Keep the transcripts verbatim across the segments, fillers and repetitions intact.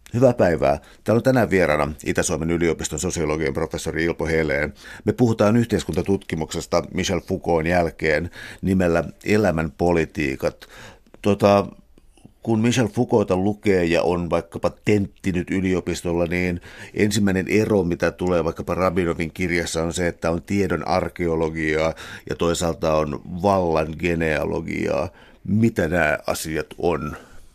Hyvää päivää. Täällä on tänään vieraana Itä-Suomen yliopiston sosiologian professori Ilpo Heleen. Me puhutaan yhteiskuntatutkimuksesta Michel Foucaultin jälkeen nimellä elämän politiikat. Tota, kun Michel Foucaulta lukee ja on vaikkapa tenttinyt yliopistolla, niin ensimmäinen ero, mitä tulee vaikkapa Rabinovin kirjassa, on se, että on tiedon arkeologiaa ja toisaalta on vallan genealogiaa. Mitä nämä asiat on?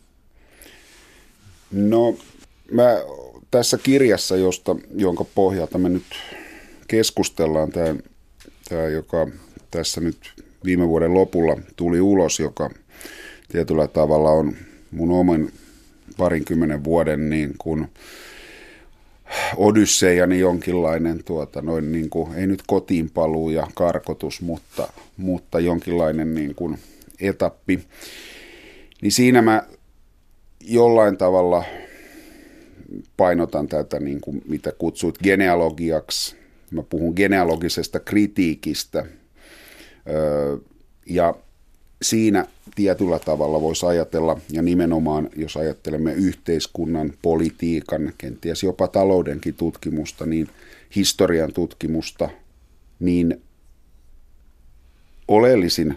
No, mä tässä kirjassa, josta, jonka pohjalta me nyt keskustellaan, tämä, tämä joka tässä nyt viime vuoden lopulla tuli ulos, joka tietyllä tavalla on mun oman parinkymmenen vuoden niin kuin odyssejani jonkinlainen, tuota, noin niin kuin, ei nyt kotiinpaluu ja karkotus, mutta, mutta jonkinlainen niin kuin etappi. Niin siinä mä jollain tavalla painotan tätä, niin kuin mitä kutsuit genealogiaksi. Mä puhun genealogisesta kritiikistä. Öö, ja siinä tietyllä tavalla voisi ajatella, ja nimenomaan jos ajattelemme yhteiskunnan, politiikan, kenties jopa taloudenkin tutkimusta, niin historian tutkimusta, niin oleellisin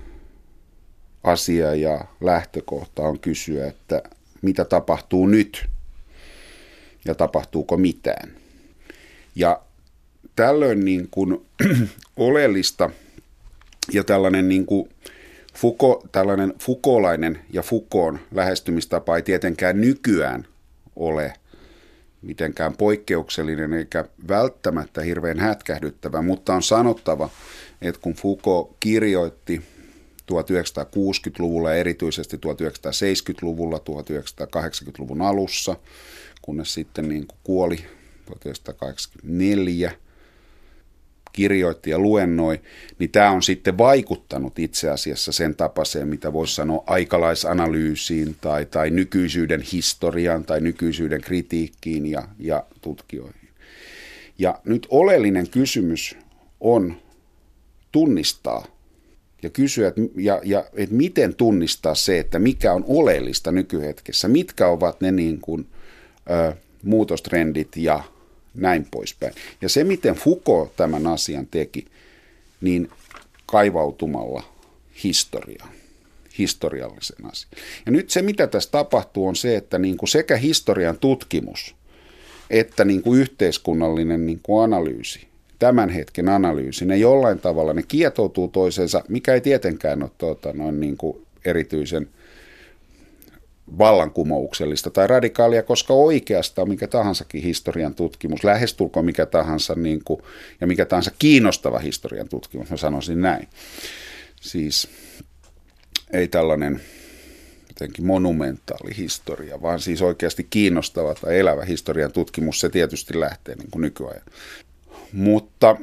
asia ja lähtökohta on kysyä, että mitä tapahtuu nyt ja tapahtuuko mitään. Ja tällöin niin kuin oleellista ja tällainen, niin kuin Foucault, tällainen Foucaultlainen ja Foucaultin lähestymistapa ei tietenkään nykyään ole mitenkään poikkeuksellinen eikä välttämättä hirveän hätkähdyttävä, mutta on sanottava, että kun Foucault kirjoitti tuhatyhdeksänsataakuusikymmentäluvulla ja erityisesti tuhatyhdeksänsataaseitsemänkymmentäluvulla, tuhatyhdeksänsataakahdeksankymmentäluvun alussa, kunnes sitten niin kuin kuoli tuhatyhdeksänsataakahdeksankymmentäneljä, kirjoitti ja luennoi, niin tämä on sitten vaikuttanut itse asiassa sen tapaiseen, mitä voisi sanoa aikalaisanalyysiin tai, tai nykyisyyden historiaan tai nykyisyyden kritiikkiin ja, ja tutkijoihin. Ja nyt oleellinen kysymys on tunnistaa ja kysyä, että, ja, ja, että miten tunnistaa se, että mikä on oleellista nykyhetkessä, mitkä ovat ne niin kuin, ö, muutostrendit ja näin poispäin. Ja se, miten Foucault tämän asian teki, niin kaivautumalla historiaan, historiallisen asian. Ja nyt se, mitä tässä tapahtuu, on se, että niin kuin sekä historian tutkimus että niin kuin yhteiskunnallinen niin kuin analyysi, tämän hetken analyysi, ne jollain tavalla ne kietoutuu toiseensa, mikä ei tietenkään ole tuota, noin niin kuin erityisen vallankumouksellista tai radikaalia, koska oikeastaan mikä tahansakin historian tutkimus, lähestulkoon mikä tahansa niin kuin, ja mikä tahansa kiinnostava historian tutkimus, mä sanoisin näin. Siis ei tällainen jotenkin monumentaali historia, vaan siis oikeasti kiinnostava tai elävä historian tutkimus, se tietysti lähtee niin kuin nykyajan. Mutta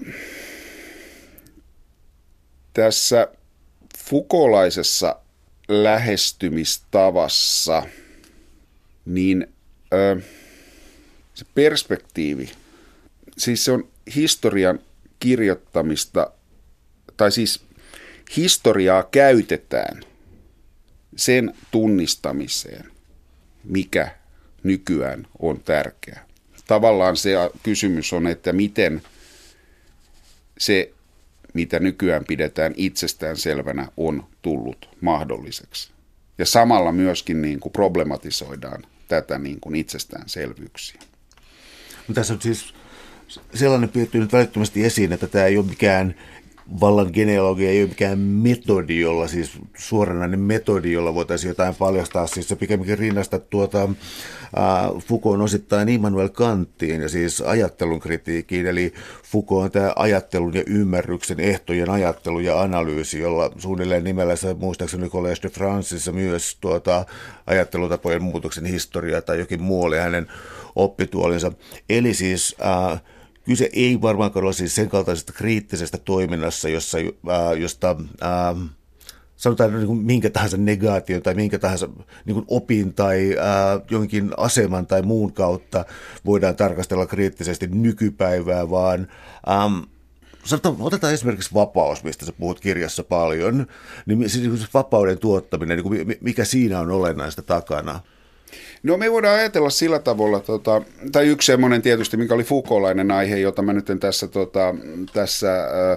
tässä Foucaultlaisessa lähestymistavassa, niin ö, se perspektiivi, siis se on historian kirjoittamista, tai siis historiaa käytetään sen tunnistamiseen, mikä nykyään on tärkeää. Tavallaan se kysymys on, että miten se, mitä nykyään pidetään itsestään selvänä, on tullut mahdolliseksi. Ja samalla myöskin niin kuin problematisoidaan tätä niin kuin itsestäänselvyyksiä. Tässä on siis sellainen piirtyy nyt välittömästi esiin, että tämä ei ole mikään vallan genealogia, ei ole mikään metodi, jolla siis suoranainen metodi, jolla voitaisiin jotain paljastaa. Siis se pikemminkin rinnasta tuota äh, Foucaultin osittain Immanuel Kantiin ja siis ajattelun kritiikkiin. Eli Foucault on tämä ajattelun ja ymmärryksen ehtojen ajattelu ja analyysi, jolla suunnilleen nimellä se muistaakseni Collège de Franceissa myös tuota ajattelutapojen muutoksen historia tai jokin muu oli hänen oppituolinsa. Eli siis äh, kyse ei varmaankaan ole siis sen kaltaisesta kriittisestä toiminnassa, jossa, ää, josta ää, sanotaan niin kuin minkä tahansa negaation tai minkä tahansa niin kuin opin tai ää, jonkin aseman tai muun kautta voidaan tarkastella kriittisesti nykypäivää, vaan ää, sanotaan, otetaan esimerkiksi vapaus, mistä sä puhut kirjassa paljon, niin siis vapauden tuottaminen, niin kuin mikä siinä on olennaista takana? No me voidaan ajatella sillä tavalla, tota, tai yksi semmoinen tietysti, mikä oli Foucaultlainen aihe, jota mä nyt en tässä, tota, tässä äh,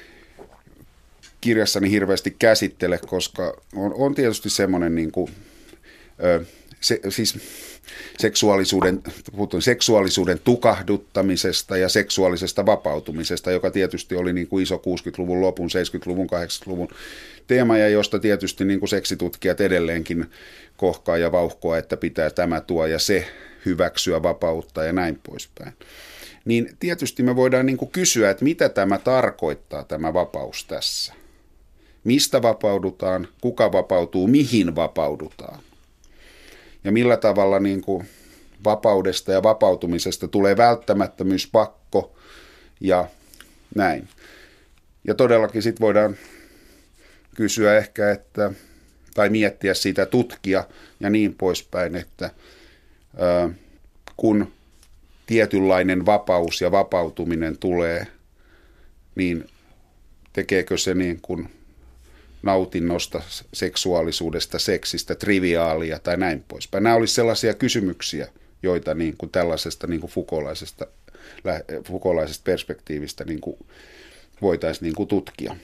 kirjassani hirveästi käsittele, koska on, on tietysti semmoinen niin kuin, äh, se, siis seksuaalisuuden, puhuttiin seksuaalisuuden tukahduttamisesta ja seksuaalisesta vapautumisesta, joka tietysti oli niin kuin iso kuusikymmentäluvun lopun, seitsemänkymmentäluvun, kahdeksankymmentäluvun teema, ja josta tietysti niin kuin seksitutkijat edelleenkin kohkaa ja vauhkoa, että pitää tämä tuo ja se hyväksyä, vapauttaa ja näin poispäin. Niin tietysti me voidaan niin kuin kysyä, että mitä tämä tarkoittaa, tämä vapaus tässä. Mistä vapaudutaan, kuka vapautuu, mihin vapaudutaan. Ja millä tavalla niin kuin vapaudesta ja vapautumisesta tulee välttämättömyys, pakko ja näin. Ja todellakin sitten voidaan kysyä ehkä, että, tai miettiä sitä, tutkia ja niin poispäin, että ää, kun tietynlainen vapaus ja vapautuminen tulee, niin tekeekö se niin kuin nautinnosta, seksuaalisuudesta, seksistä, triviaalia tai näin poispäin. Nämä olisivat sellaisia kysymyksiä, joita niin kuin tällaisesta niin kuin Foucaultlaisesta, Foucaultlaisesta perspektiivistä niin kuin voitaisiin niin kuin tutkia.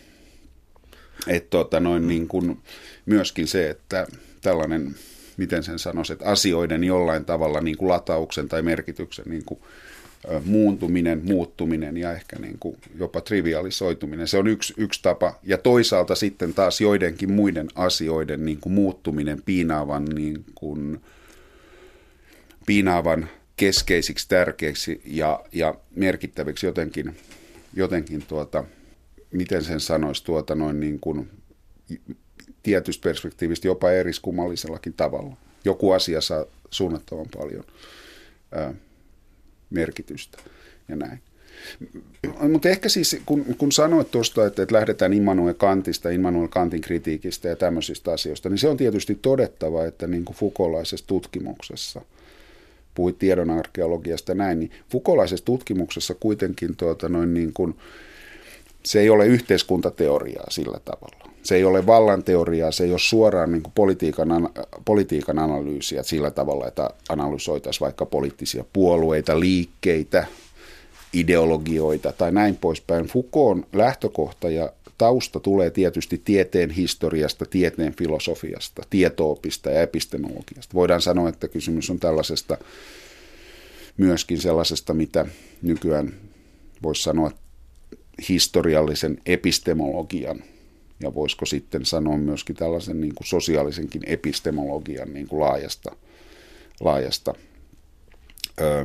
Et tota noin niin kuin myöskin se, että tällainen, miten sen sanoisi, että asioiden jollain tavalla niin kuin latauksen tai merkityksen niin kuin muuntuminen, muuttuminen ja ehkä niin kuin jopa trivialisoituminen. Se on yksi, yksi tapa. Ja toisaalta sitten taas joidenkin muiden asioiden niin kuin muuttuminen piinaavan, niin kuin, piinaavan keskeisiksi, tärkeiksi ja, ja merkittäviksi jotenkin, jotenkin tuota, miten sen sanoisi, tuota noin niin kuin tietystä perspektiivistä jopa eriskummallisellakin tavalla. Joku asia saa suunnattavan paljon ää, merkitystä ja näin. Mutta ehkä siis, kun, kun sanoit tuosta, että, että lähdetään Immanuel Kantista, Immanuel Kantin kritiikistä ja tämmöisistä asioista, niin se on tietysti todettava, että niin kuin Foucaultlaisessa tutkimuksessa, puhuit tiedonarkeologiasta näin, niin Foucaultlaisessa tutkimuksessa kuitenkin tuota, noin niin kuin, se ei ole yhteiskuntateoriaa sillä tavalla. Se ei ole vallanteoriaa, se ei ole suoraan niin kuin politiikan, politiikan analyysiä sillä tavalla, että analysoitaisiin vaikka poliittisia puolueita, liikkeitä, ideologioita tai näin poispäin. Foucaultin lähtökohta ja tausta tulee tietysti tieteen historiasta, tieteen filosofiasta, tieto-opista ja epistemologiasta. Voidaan sanoa, että kysymys on tällaisesta myöskin sellaisesta, mitä nykyään voisi sanoa historiallisen epistemologian ja voisiko sitten sanoa myöskin tällaisen niin kuin sosiaalisenkin epistemologian niin kuin laajasta, laajasta ö,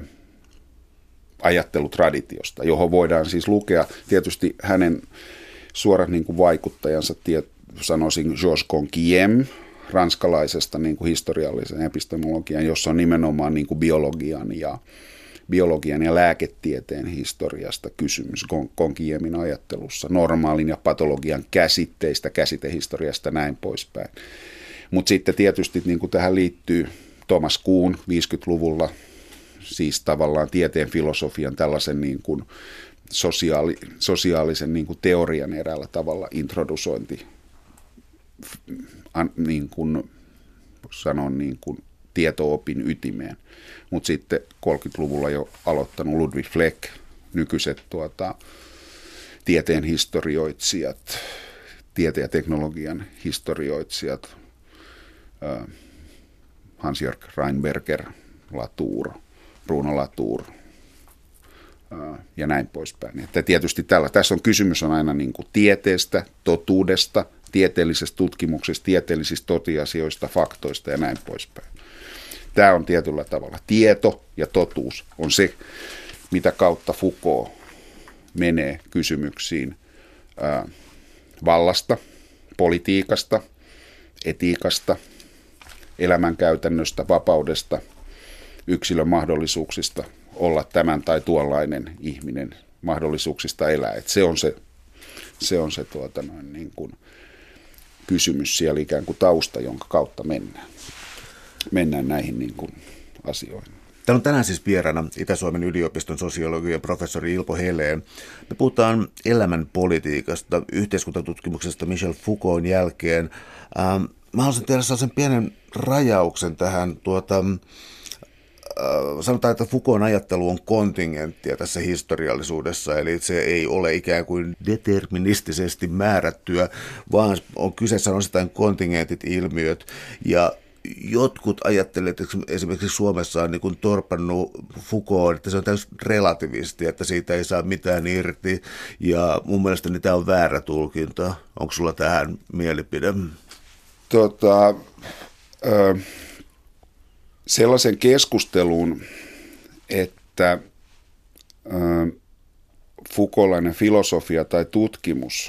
ajattelutraditiosta, johon voidaan siis lukea tietysti hänen suorat niin kuin vaikuttajansa, tiet, sanoisin Georges Conquiem, ranskalaisesta niin kuin historiallisen epistemologian, jossa on nimenomaan niin kuin biologian ja biologian ja lääketieteen historiasta kysymys Conquiemin ajattelussa, normaalin ja patologian käsitteistä, käsitehistoriasta näin poispäin. Mutta sitten tietysti niin kuin tähän liittyy Thomas Kuhn viisikymmentäluvulla, siis tavallaan tieteen filosofian tällaisen niin kuin sosiaali, sosiaalisen niin kuin teorian eräällä tavalla introdusointi, an, niin kuin sanoa niin kuin tieto-opin ytimeen. Mutta sitten kolmekymmentäluvulla jo aloittanut Ludwig Fleck, nykyiset tuota, tieteen historioitsijat, tieteen ja teknologian historioitsijat, äh, Hans-Jörg Reinberger, Latour, Bruno Latour äh, ja näin poispäin. Että tietysti tällä, tässä on kysymys on aina niin kuin tieteestä, totuudesta, tieteellisestä tutkimuksesta, tieteellisistä tosiasioista, faktoista ja näin poispäin. Tämä on tietyllä tavalla. Tieto ja totuus on se, mitä kautta Foucault menee kysymyksiin ää, vallasta, politiikasta, etiikasta, elämänkäytännöstä, vapaudesta, yksilön mahdollisuuksista olla tämän tai tuollainen ihminen, mahdollisuuksista elää. Et se on se, se, on se tuota noin niin kuin kysymys siellä ikään kuin tausta, jonka kautta mennään. mennään näihin niin kuin asioihin. Täällä on tänään siis vieraana Itä-Suomen yliopiston sosiologian professori Ilpo Heleen. Me puhutaan elämän politiikasta, yhteiskuntatutkimuksesta Michel Foucaultin jälkeen. Ähm, mä haluaisin tehdä sellaisen pienen rajauksen tähän. Tuota, äh, sanotaan, että Foucaultin ajattelu on kontingenttia tässä historiallisuudessa, eli se ei ole ikään kuin deterministisesti määrättyä, vaan on kyseessä on sitä kontingentit, ilmiöt, ja jotkut ajattelevat, että esimerkiksi Suomessa on niin kuin torpannut Foucault, että se on täysin relativisti, että siitä ei saa mitään irti, ja mun mielestä tämä on väärä tulkinta. Onko sulla tähän mielipide? Tota, ö, sellaisen keskustelun, että ö, Foucaultlainen filosofia tai tutkimus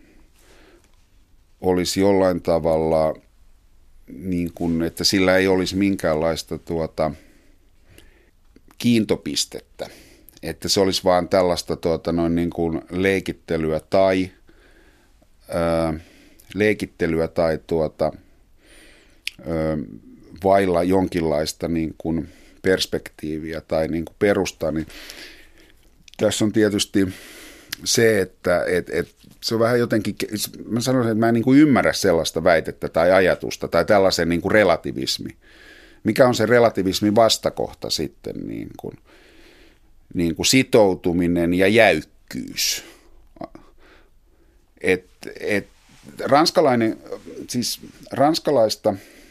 olisi jollain tavalla niin kuin, että sillä ei olisi minkäänlaista tuota, kiintopistettä, että se olisi vaan tällaista tuota, noin niin kuin leikittelyä tai ää, leikittelyä tai tuota, ää, vailla jonkinlaista niin kuin perspektiiviä tai niin kuin perustaa, niin tässä on tietysti se, että et, et, se on vähän jotenkin, mä sanoisin, että mä en niin kuin ymmärrä sellaista väitettä tai ajatusta tai tällaisen niin kuin relativismi. Mikä on se relativismin vastakohta sitten, niin kuin, niin kuin sitoutuminen ja jäykkyys. Et, et, ranskalainen, siis ranskalaista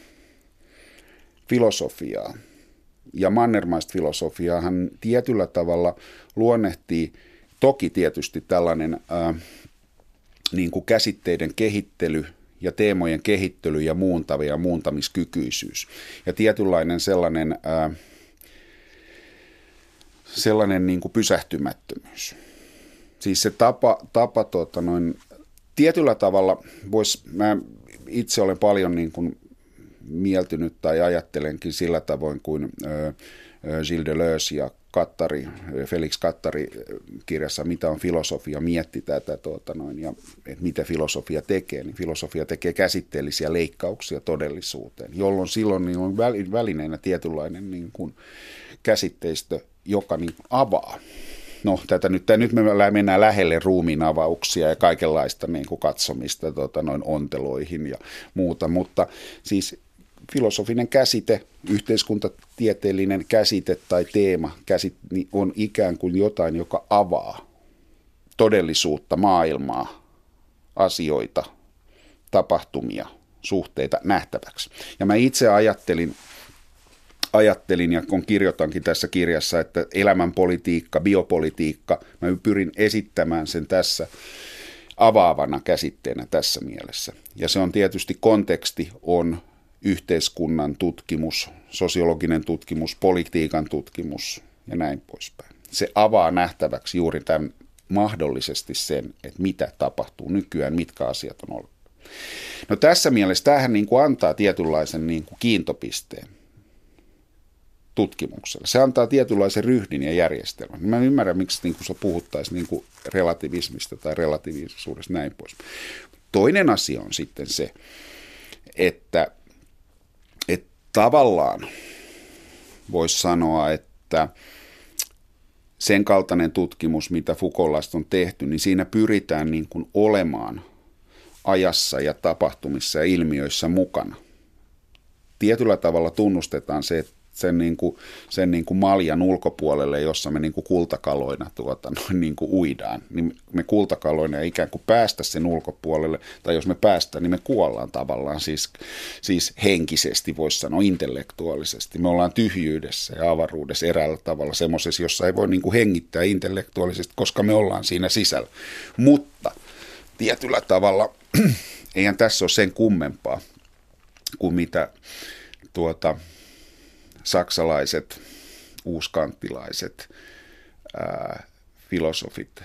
filosofiaa ja mannermaista filosofiaahan tietyllä tavalla luonnehtii. Toki tietysti tällainen ää, niin kuin käsitteiden kehittely ja teemojen kehittely ja muuntava ja muuntamiskykyisyys. Ja tietynlainen sellainen, ää, sellainen niin kuin pysähtymättömyys. Siis se tapa, tapa tuota, noin, tietyllä tavalla vois, mä itse olen paljon niin kuin mieltynyt tai ajattelenkin sillä tavoin kuin ää, Gilles Deleuze ja Kattari, Felix Kattari kirjassa Mitä on filosofia, mietti tätä, tuota noin, ja että mitä filosofia tekee, niin filosofia tekee käsitteellisiä leikkauksia todellisuuteen, jolloin silloin niin on välineenä tietynlainen niin kuin käsitteistö, joka niin avaa. No, tätä nyt, nyt me mennään lähelle ruumiin avauksia ja kaikenlaista niin kuin katsomista tuota, noin onteloihin ja muuta, mutta siis filosofinen käsite, yhteiskuntatieteellinen käsite tai teema käsite, niin on ikään kuin jotain, joka avaa todellisuutta, maailmaa, asioita, tapahtumia, suhteita nähtäväksi. Ja mä itse ajattelin, ajattelin ja kun kirjoitankin tässä kirjassa, että elämänpolitiikka, biopolitiikka, mä pyrin esittämään sen tässä avaavana käsitteenä tässä mielessä. Ja se on tietysti, konteksti on yhteiskunnan tutkimus, sosiologinen tutkimus, politiikan tutkimus ja näin poispäin. Se avaa nähtäväksi juuri tämän mahdollisesti sen, että mitä tapahtuu nykyään, mitkä asiat on ollut. No tässä mielessä tämähän niin kuin antaa tietynlaisen niin kuin kiintopisteen tutkimukselle. Se antaa tietynlaisen ryhdin ja järjestelmän. Mä en ymmärrä, miksi niin kuin puhuttaisiin niin kuin relativismista tai relatiivisuudesta näin pois. Toinen asia on sitten se, että että tavallaan voisi sanoa, että sen kaltainen tutkimus, mitä Foucaultlaista on tehty, niin siinä pyritään niin kuin olemaan ajassa ja tapahtumissa ja ilmiöissä mukana. Tietyllä tavalla tunnustetaan se, että sen, niin kuin, sen niin kuin maljan ulkopuolelle, jossa me niin kuin kultakaloina tuota, noin niin kuin uidaan, niin me kultakaloina ei ikään kuin päästä sen ulkopuolelle, tai jos me päästään, niin me kuollaan tavallaan, siis, siis henkisesti voisi sanoa, intellektuaalisesti. Me ollaan tyhjyydessä ja avaruudessa eräällä tavalla semmoisessa, jossa ei voi niin kuin hengittää intellektuaalisesti, koska me ollaan siinä sisällä. Mutta tietyllä tavalla, eihän tässä ole sen kummempaa kuin mitä tuota... saksalaiset, uuskanttilaiset ää, filosofit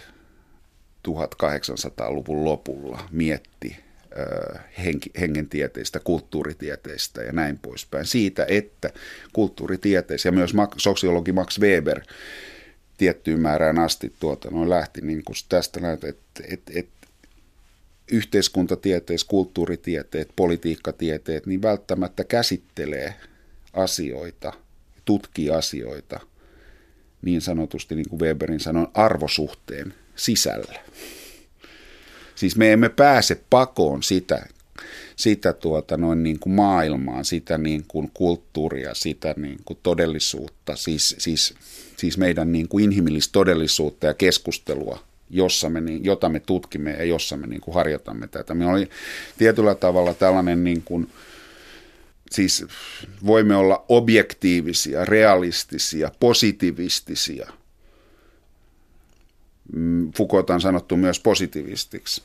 tuhatkahdeksansataaluvun lopulla mietti ää, henki, hengentieteistä, kulttuuritieteistä ja näin poispäin. Siitä, että kulttuuritieteessä ja myös sosiologi Max Weber tiettyyn määrään asti tuota, noin lähti niin kuin tästä näytä, että et, et, yhteiskuntatieteet, kulttuuritieteet, politiikkatieteet, niin välttämättä käsittelee asioita, tutkii asioita, niin sanotusti, niin kuin Weberin sanoi, arvosuhteen sisällä. Siis me emme pääse pakoon sitä, sitä tuota, noin niin kuin maailmaa, sitä niin kuin kulttuuria, sitä niin kuin todellisuutta, siis, siis, siis meidän niin kuin inhimillistä todellisuutta ja keskustelua, jossa me, jota me tutkimme ja jossa me niin kuin harjoitamme tätä. Me oli tietyllä tavalla tällainen, niin kuin, siis voimme olla objektiivisia, realistisia, positivistisia. Foucault on sanottu myös positivistiksi.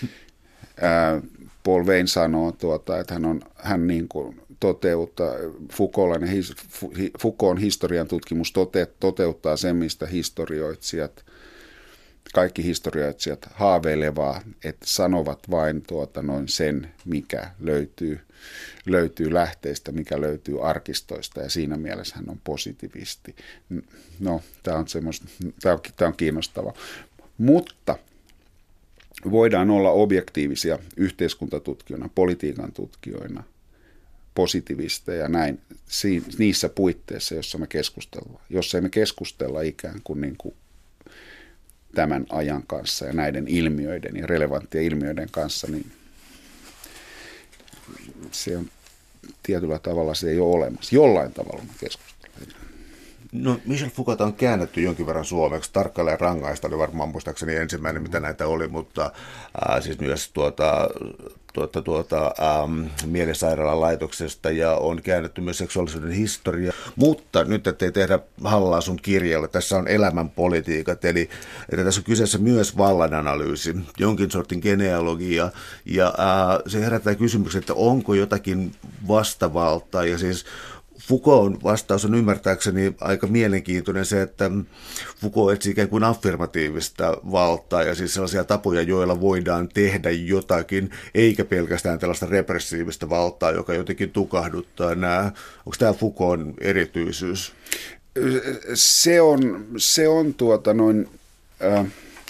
Paul Veyne sanoo, tuota, että hän, on, hän niin kuin toteuttaa, Foucaultin historian tutkimus tote, toteuttaa sen, mistä historioitsijat, kaikki historioitsijat haaveilevaa, että sanovat vain tuota, noin sen, mikä löytyy, löytyy lähteistä, mikä löytyy arkistoista, ja siinä mielessä hän on positivisti. No, tämä on, on, on kiinnostavaa. Mutta voidaan olla objektiivisia yhteiskuntatutkijoina, politiikan tutkijoina, positivisteja näin, niissä puitteissa, joissa me keskustellaan. Jos ei me keskustella ikään kuin, niin kuin tämän ajan kanssa ja näiden ilmiöiden ja relevanttien ilmiöiden kanssa, niin se on tietyllä tavalla, se ei ole olemassa. Jollain tavalla me keskustellaan. No, Michel Foucault on käännetty jonkin verran suomeksi. Tarkkailla ja rangaista oli varmaan muistaakseni ensimmäinen, mitä näitä oli, mutta äh, siis myös tuota, tuota, tuota, ähm, mielisairaalan laitoksesta ja on käännetty myös seksuaalisuuden historia. Mutta nyt, ettei tehdä hallaa sun kirjalle, tässä on elämän politiikat, eli että tässä on kyseessä myös vallananalyysi, jonkin sortin genealogia, ja äh, se herättää kysymyksen, että onko jotakin vastavaltaa, ja siis Foucaultin vastaus on ymmärtääkseni aika mielenkiintoinen se, että Foucault etsii ikään kuin affirmatiivista valtaa ja siis sellaisia tapoja, joilla voidaan tehdä jotakin, eikä pelkästään tällaista repressiivistä valtaa, joka jotenkin tukahduttaa nämä. Onko tämä Foucaultin erityisyys? Se on, se on tuota noin, äh,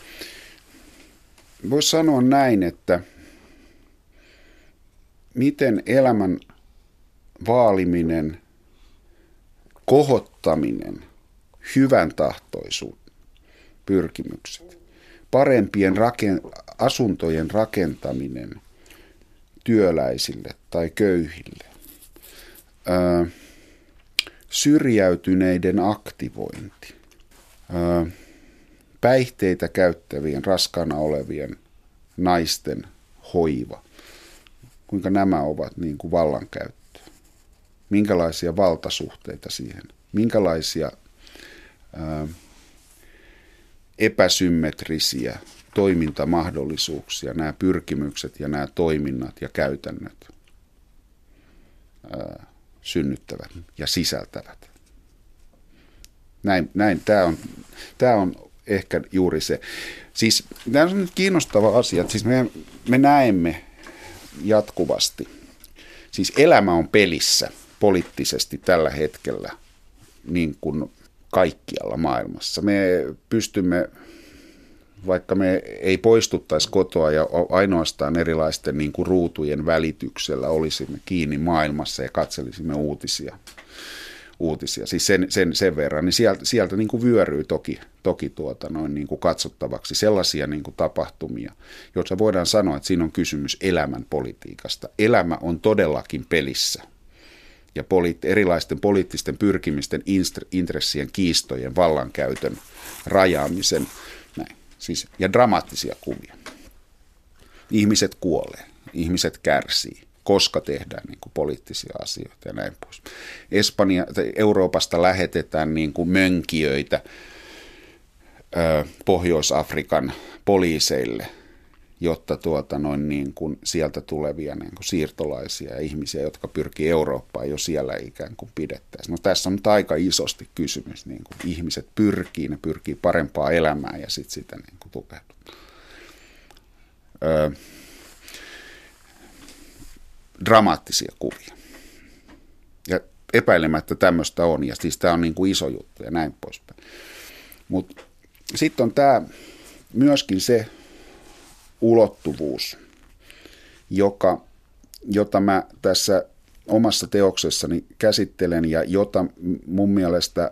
voisi sanoa näin, että miten elämän vaaliminen, kohottaminen, hyvän tahtoisuuden pyrkimykset, parempien raken- asuntojen rakentaminen työläisille tai köyhille, öö, syrjäytyneiden aktivointi, öö, päihteitä käyttävien, raskaana olevien naisten hoiva, kuinka nämä ovat niin kuin vallankäyttöä. Minkälaisia valtasuhteita siihen, minkälaisia ää, epäsymmetrisiä toimintamahdollisuuksia nämä pyrkimykset ja nämä toiminnat ja käytännöt ää, synnyttävät ja sisältävät. Näin, näin tämä on, tämä on ehkä juuri se. Siis tämä on nyt kiinnostava asia, siis me, me näemme jatkuvasti, siis elämä on pelissä poliittisesti tällä hetkellä niin kuin kaikkialla maailmassa. Me pystymme, vaikka me ei poistuttaisi kotoa ja ainoastaan erilaisten niin kuin ruutujen välityksellä olisimme kiinni maailmassa ja katselisimme uutisia, uutisia. Siis sen, sen, sen verran, niin sieltä, sieltä niin kuin vyöryy toki, toki tuota noin niin kuin katsottavaksi sellaisia niin kuin tapahtumia, joissa voidaan sanoa, että siinä on kysymys elämän politiikasta. Elämä on todellakin pelissä. Ja poli- erilaisten poliittisten pyrkimisten, intressien, kiistojen, vallankäytön, rajaamisen, näin. Siis, ja dramaattisia kuvia. Ihmiset kuolee, ihmiset kärsii, koska tehdään niin kuin poliittisia asioita ja näin pois. Espanja, Euroopasta lähetetään niin kuin mönkijöitä ö, Pohjois-Afrikan poliiseille, jotta tuota noin niin kuin sieltä tulevia niin kuin siirtolaisia ja ihmisiä, jotka pyrkii Eurooppaan, jo siellä ikään kuin pidettäisiin. No tässä on nyt aika isosti kysymys, niin kuin ihmiset pyrkii, ne pyrkii parempaa elämää ja sitten sitä niin kuin tukehdutaan. Öö, dramaattisia kuvia. Ja epäilemättä tämmöistä on, ja siis tämä on niin kuin iso juttu ja näin poispäin. Mutta sitten on tämä myöskin se ulottuvuus, joka, jota mä tässä omassa teoksessani käsittelen ja jota mun mielestä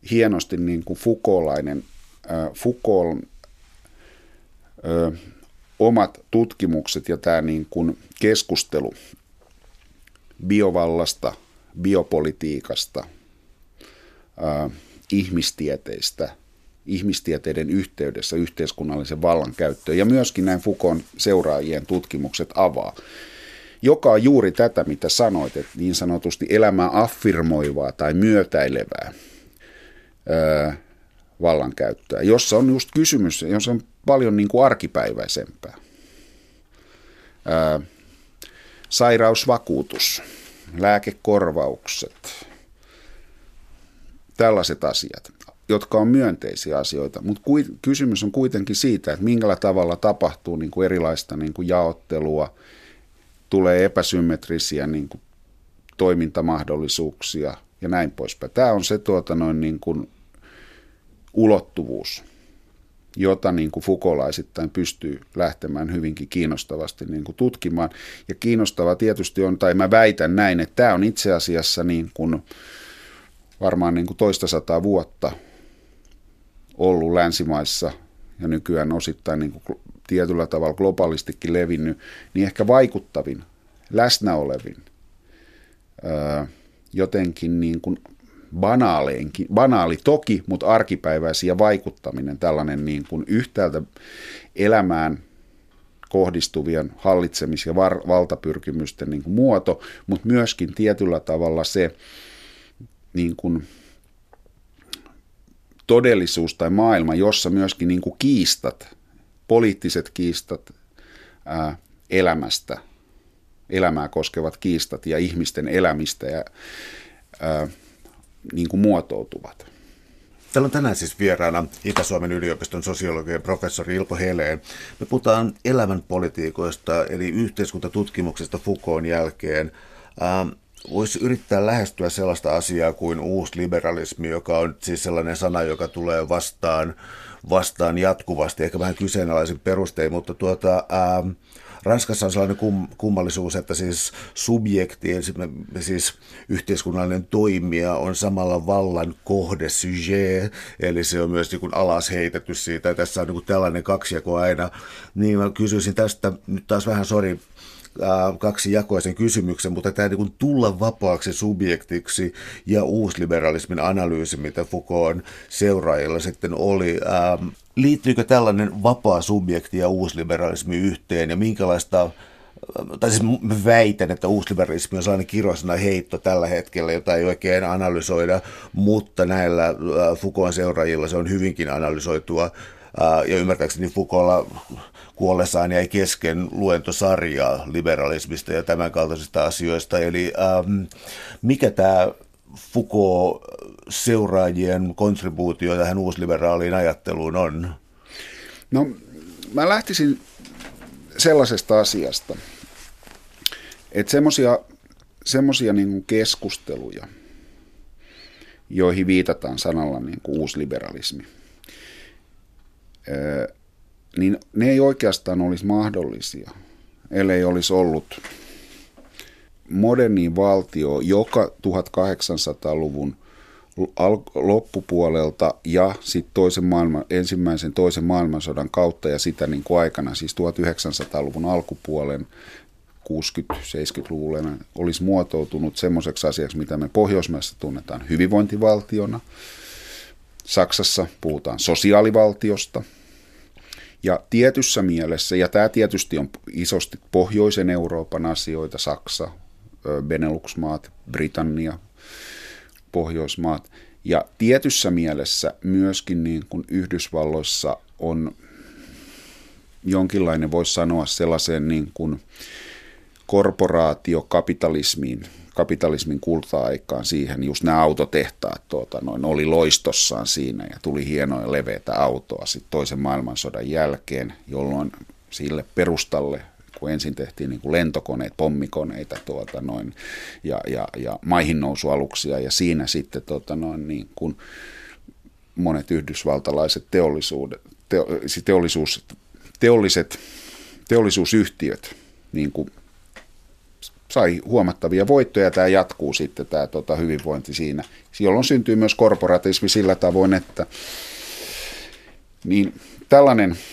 hienosti niin kuin Foucaultlainen, äh, Foucault äh, omat tutkimukset ja tämä niin kuin keskustelu biovallasta, biopolitiikasta, ää, ihmistieteistä, ihmistieteiden yhteydessä yhteiskunnallisen vallan käyttöön ja myöskin näin Foucaultin seuraajien tutkimukset avaa, joka on juuri tätä, mitä sanoit, että niin sanotusti elämää affirmoivaa tai myötäilevää ää, vallankäyttöä, jossa on just kysymys, jossa on paljon niin kuin arkipäiväisempää. Ää, sairausvakuutus, lääkekorvaukset, tällaiset asiat, jotka on myönteisiä asioita, mutta kysymys on kuitenkin siitä, että minkällä tavalla tapahtuu niin kuin erilaista niin kuin jaottelua, tulee epäsymmetrisiä niin kuin toimintamahdollisuuksia ja näin poispäin. Tämä on se tuota, noin niin kuin ulottuvuus, jota niin kuin Foucaultlaisittain pystyy lähtemään hyvinkin kiinnostavasti niin kuin tutkimaan. Ja kiinnostava tietysti on, tai mä väitän näin, että tämä on itse asiassa niin kuin varmaan niin kuin toista sataa vuotta ollut länsimaissa ja nykyään osittain niin kuin tietyllä tavalla globaalistikin levinnyt, niin ehkä vaikuttavin, läsnä olevin, ää, jotenkin niin kuin banaaleinkin, banaali toki, mutta arkipäiväisiä vaikuttaminen, tällainen niin kuin yhtäältä elämään kohdistuvien hallitsemis- ja var- valtapyrkimysten niin kuin muoto, mutta myöskin tietyllä tavalla se niin kuin todellisuus tai maailma, jossa myöskin niin kuin kiistat, poliittiset kiistat ää, elämästä, elämää koskevat kiistat ja ihmisten elämistä ja ää, niin kuin muotoutuvat. Täällä on tänään siis vieraana Itä-Suomen yliopiston sosiologian professori Ilpo Heleen. Me puhutaan elämänpolitiikoista eli yhteiskuntatutkimuksesta Foucaultin jälkeen. Ähm, Voisi yrittää lähestyä sellaista asiaa kuin uusliberalismi, joka on siis sellainen sana, joka tulee vastaan, vastaan jatkuvasti, ehkä vähän kyseenalaisin perustein, mutta tuota, ähm, Ranskassa on sellainen kum, kummallisuus, että siis subjekti, siis yhteiskunnallinen toimija on samalla vallan kohde, sujet, eli se on myös niin kuin alas heitetty siitä, ja tässä on niin kuin tällainen kaksijako aina. Niin mä kysyisin tästä nyt taas vähän, sori, kaksijakoisen kysymyksen, mutta tämä niin kuin tulla vapaaksi subjektiksi ja uusliberalismin analyysi, mitä Foucaultin seuraajilla sitten oli. Ähm, liittyykö tällainen vapaa subjekti ja uusliberalismi yhteen ja minkälaista, tai siis mä väitän, että uusliberalismi on sellainen kirosana heitto tällä hetkellä, jota ei oikein analysoida, mutta näillä Foucaultin seuraajilla se on hyvinkin analysoitua. Ja ymmärtääkseni Foucaultlla kuollessaan jäi kesken luentosarjaa liberalismista ja tämän kaltaisista asioista. Eli ähm, mikä tämä Foucault-seuraajien kontribuutio tähän uusliberaaliin ajatteluun on? No, mä lähtisin sellaisesta asiasta, että semmoisia semmoisia niin kuin keskusteluja, joihin viitataan sanalla niin kuin uusliberalismi, niin ne ei oikeastaan olisi mahdollisia, ellei olisi ollut moderni valtio, joka tuhatkahdeksansataaluvun loppupuolelta ja sitten toisen maailman, ensimmäisen toisen maailmansodan kautta ja sitä niin kuin aikana, siis tuhatyhdeksänsataaluvun alkupuolen kuusikymmentä-seitsemänkymmentäluvulla olisi muotoutunut semmoiseksi asiaksi, mitä me Pohjoismaissa tunnetaan hyvinvointivaltiona. Saksassa puhutaan sosiaalivaltiosta. Ja tietyssä mielessä, ja tämä tietysti on isosti pohjoisen Euroopan asioita, Saksa, Benelux-maat, Britannia, Pohjoismaat, ja tietyssä mielessä myöskin niin kuin Yhdysvalloissa on jonkinlainen, voisi sanoa sellaiseen niin kuin korporaatiokapitalismiin, kapitalismin kulta-aikaan siihen, just nämä autotehtaat tuota, noin, oli loistossaan siinä ja tuli hienoja leveätä autoa sitten toisen maailmansodan jälkeen, jolloin sille perustalle, kun ensin tehtiin niin kuin lentokoneet, pommikoneita tuota, noin, ja, ja, ja maihinnousualuksia ja siinä sitten tuota, noin, niin kuin monet yhdysvaltalaiset teollisuudet, teo, teollisuus, teolliset, teollisuusyhtiöt niin kuin sai huomattavia voittoja, tämä jatkuu sitten tämä tota, hyvinvointi siinä, jolloin syntyy myös korporatismi sillä tavoin, että niin tällainen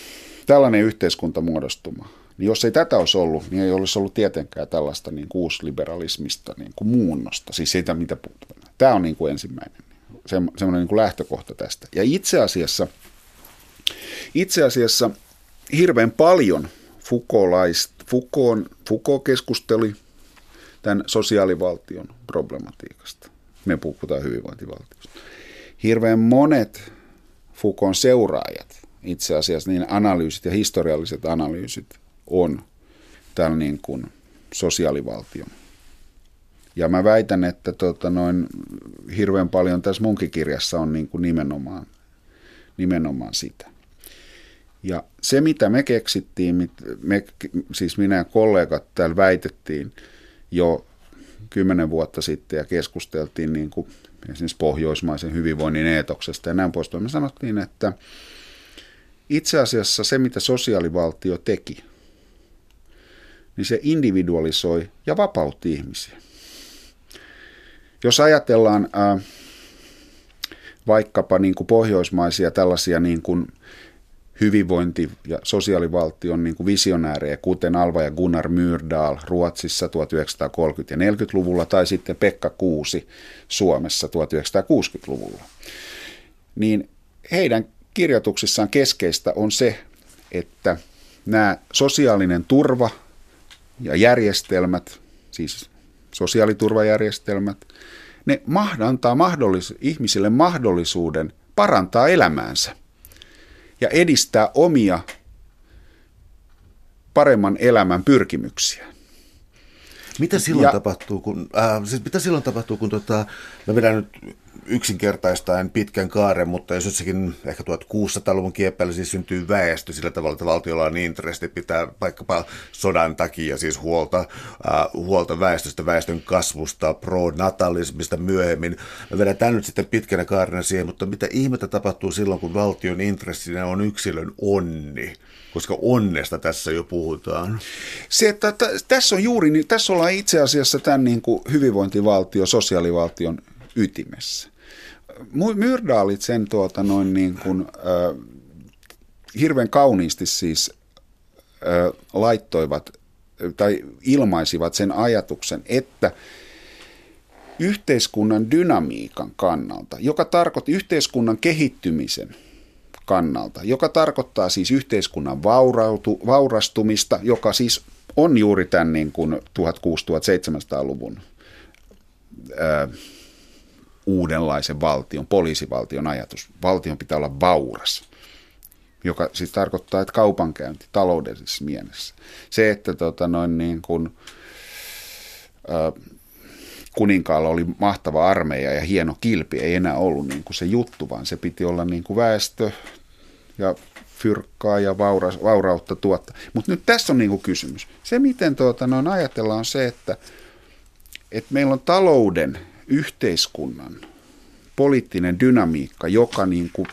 tällainen yhteiskuntamuodostuma. Niin jos ei tätä olisi ollut, niin ei olisi ollut tietenkään tällaista niin kuin uusliberalismista niin kuin muunnosta. Siis sitä, mitä puhutaan. Tämä on niin kuin ensimmäinen se, semmoinen niin kuin lähtökohta tästä. Ja itse asiassa, itse asiassa hirveän paljon Foucault, Foucault keskusteli tämän sosiaalivaltion problematiikasta. Me puhutaan hyvinvointivaltiosta. Hirveän monet Foucaultin seuraajat, itse asiassa niin analyysit ja historialliset analyysit on tämän niin kuin sosiaalivaltion. Ja mä väitän, että tota noin, hirveän paljon tässä munkin kirjassa on niin kuin nimenomaan, nimenomaan sitä. Ja se, mitä me keksittiin, me, siis minä ja kollegat täällä väitettiin jo kymmenen vuotta sitten ja keskusteltiin niin kuin esimerkiksi pohjoismaisen hyvinvoinnin eetoksesta ja näin poispäin. Me sanottiin, että itse asiassa se, mitä sosiaalivaltio teki, niin se individualisoi ja vapautti ihmisiä. Jos ajatellaan äh, vaikkapa niin kuin pohjoismaisia tällaisia niin kuin hyvinvointi- ja sosiaalivaltion niin kuin visionäärejä, kuten Alva ja Gunnar Myrdal Ruotsissa tuhatyhdeksänsataakolmekymmentä- ja neljäkymmentäluvulla tai sitten Pekka Kuusi Suomessa tuhatyhdeksänsataakuusikymmentäluvulla, niin heidän kirjoituksissaan keskeistä on se, että nämä sosiaalinen turva ja järjestelmät, siis sosiaaliturvajärjestelmät, ne antaa mahdollis- ihmisille mahdollisuuden parantaa elämäänsä ja edistää omia paremman elämän pyrkimyksiä. Mitä silloin ja, tapahtuu, kun, äh, siis mitä silloin tapahtuu, kun tota, mä vedän nyt yksinkertaistaen pitkän kaaren, mutta jos jossakin ehkä tuhatkuusisataaluvun kieppeillä siis syntyy väestö sillä tavalla, että valtiolla on intressi pitää vaikkapa sodan takia siis huolta, äh, huolta väestöstä, väestön kasvusta, pro-natalismista myöhemmin. Mä vedän tämän nyt sitten pitkänä kaarena siihen, mutta mitä ihmettä tapahtuu silloin, kun valtion intressinä on yksilön onni? Koska onnesta tässä jo puhutaan. Se, että t- tässä on juuri, niin tässä ollaan itse asiassa tämän niin kuin hyvinvointivaltio, sosiaalivaltion ytimessä. Myrdaalit sen tuota noin niin kuin, äh, hirveän kauniisti siis äh, laittoivat tai ilmaisivat sen ajatuksen, että yhteiskunnan dynamiikan kannalta, joka tarkoitti yhteiskunnan kehittymisen kannalta, joka tarkoittaa siis yhteiskunnan vaurautu, vaurastumista, joka siis on juuri tämän niin kuin tuhatkuusisataa-seitsemänsataa-luvun ää, uudenlaisen valtion, poliisivaltion ajatus. Valtion pitää olla vauras, joka siis tarkoittaa, että kaupankäynti taloudellisessa mielessä. Se, että tota noin niin kuin, ää, kuninkaalla oli mahtava armeija ja hieno kilpi, ei enää ollut niin kuin se juttu, vaan se piti olla niin kuin väestö ja fyrkkaa ja vaura, vaurautta tuottaa. Mutta nyt tässä on niin kuin kysymys. Se, miten tuota, noin ajatellaan, on se, että, että meillä on talouden, yhteiskunnan, poliittinen dynamiikka, joka niin kuin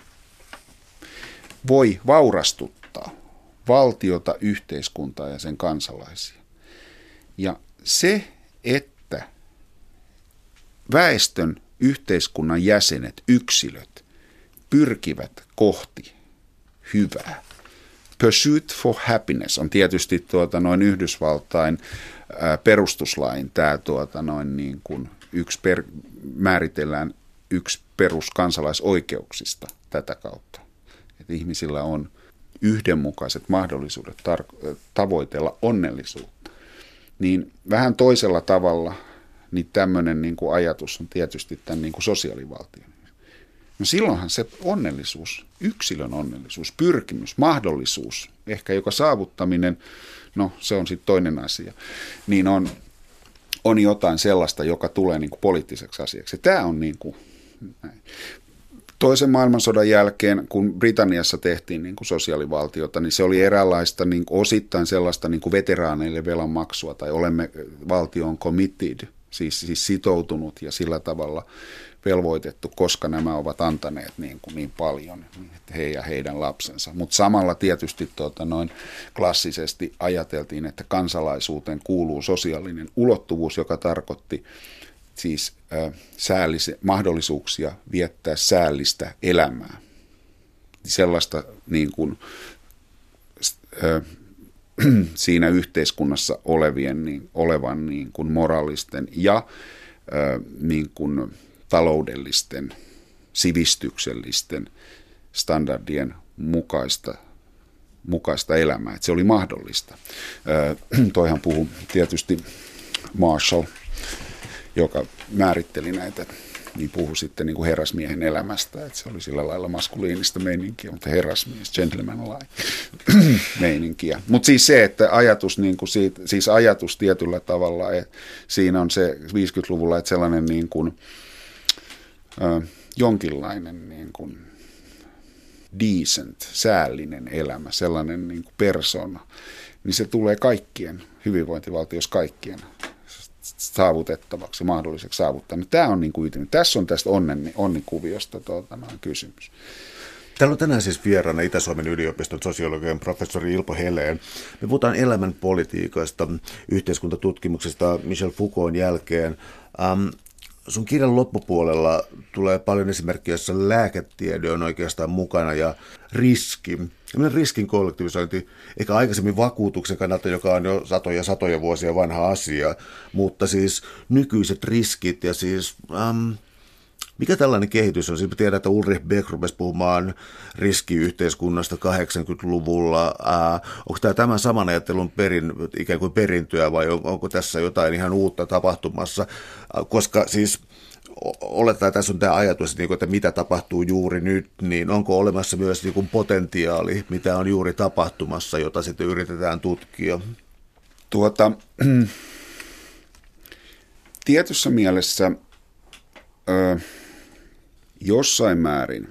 voi vaurastuttaa valtiota, yhteiskuntaa ja sen kansalaisia. Ja se, että väestön, yhteiskunnan jäsenet, yksilöt pyrkivät kohti hyvää. Pursuit for happiness on tietysti tuota noin Yhdysvaltain ää, perustuslain tämä tuota noin niin kuin yksi per, määritellään yksi peruskansalaisoikeuksista tätä kautta. Että ihmisillä on yhdenmukaiset mahdollisuudet tar- tavoitella onnellisuutta. Niin vähän toisella tavalla niin tämmöinen niin kuin ajatus on tietysti tämän niin kuin sosiaalivaltion. No silloinhan se onnellisuus, yksilön onnellisuus, pyrkimys, mahdollisuus, ehkä joka saavuttaminen, no se on sitten toinen asia, niin on, on jotain sellaista, joka tulee niin kuin poliittiseksi asiaksi. Tämä on niin kuin näin. Toisen maailmansodan jälkeen, kun Britanniassa tehtiin niin kuin sosiaalivaltiota, niin se oli eräänlaista niin kuin osittain sellaista niin kuin veteraaneille velanmaksua, tai olemme valtioon committed, siis, siis sitoutunut ja sillä tavalla velvoitettu, koska nämä ovat antaneet niin, kuin niin paljon, että he ja heidän lapsensa. Mutta samalla tietysti tuota, noin klassisesti ajateltiin, että kansalaisuuteen kuuluu sosiaalinen ulottuvuus, joka tarkoitti siis äh, säällise, mahdollisuuksia viettää säällistä elämää. Sellaista niin kuin ö, siinä yhteiskunnassa olevien, niin, olevan niin kuin moraalisten ja ö, niin kuin taloudellisten, sivistyksellisten standardien mukaista, mukaista elämää, että se oli mahdollista. Ö, toihan puhui tietysti Marshall, joka määritteli näitä, niin puhui sitten niin kuin herrasmiehen elämästä, että se oli sillä lailla maskuliinista meininkiä, mutta herrasmies, gentleman-like meininkiä. Mutta siis se, että ajatus, niin kuin siitä, siis ajatus tietyllä tavalla, että siinä on se viisikymmentäluvulla, että sellainen niin kuin, äh, jonkinlainen niin kuin decent, säällinen elämä, sellainen niin kuin persona, niin se tulee kaikkien, hyvinvointivaltiossa kaikkien saavutettavaksi, mahdolliseksi saavuttaa. Tämä on niin kuin ytiminen. Tässä on tästä onnen, onnikuviosta tuota, noin kysymys. Täällä on tänään siis vieraana Itä-Suomen yliopiston sosiologian professori Ilpo Heleen. Me puhutaan elämän politiikasta, yhteiskuntatutkimuksesta Michel Foucaultin jälkeen. Ähm, sun kirjan loppupuolella tulee paljon esimerkkejä, joissa lääketiede on oikeastaan mukana ja riski. Riskin kollektivisointi, eikä aikaisemmin vakuutuksen kannalta, joka on jo satoja satoja vuosia vanha asia, mutta siis nykyiset riskit ja siis, ähm, mikä tällainen kehitys on? Siis tiedän, että Ulrich Beck rupesi puhumaan riskiyhteiskunnasta kahdeksankymmentäluvulla. Äh, onko tämä tämän saman ajattelun perin, ikään kuin perintöä vai on, onko tässä jotain ihan uutta tapahtumassa? Äh, koska siis oletetaan, että tässä on tämä ajatus, että mitä tapahtuu juuri nyt, niin onko olemassa myös potentiaali, mitä on juuri tapahtumassa, jota sitten yritetään tutkia? Tuota, tietyssä mielessä ö, jossain määrin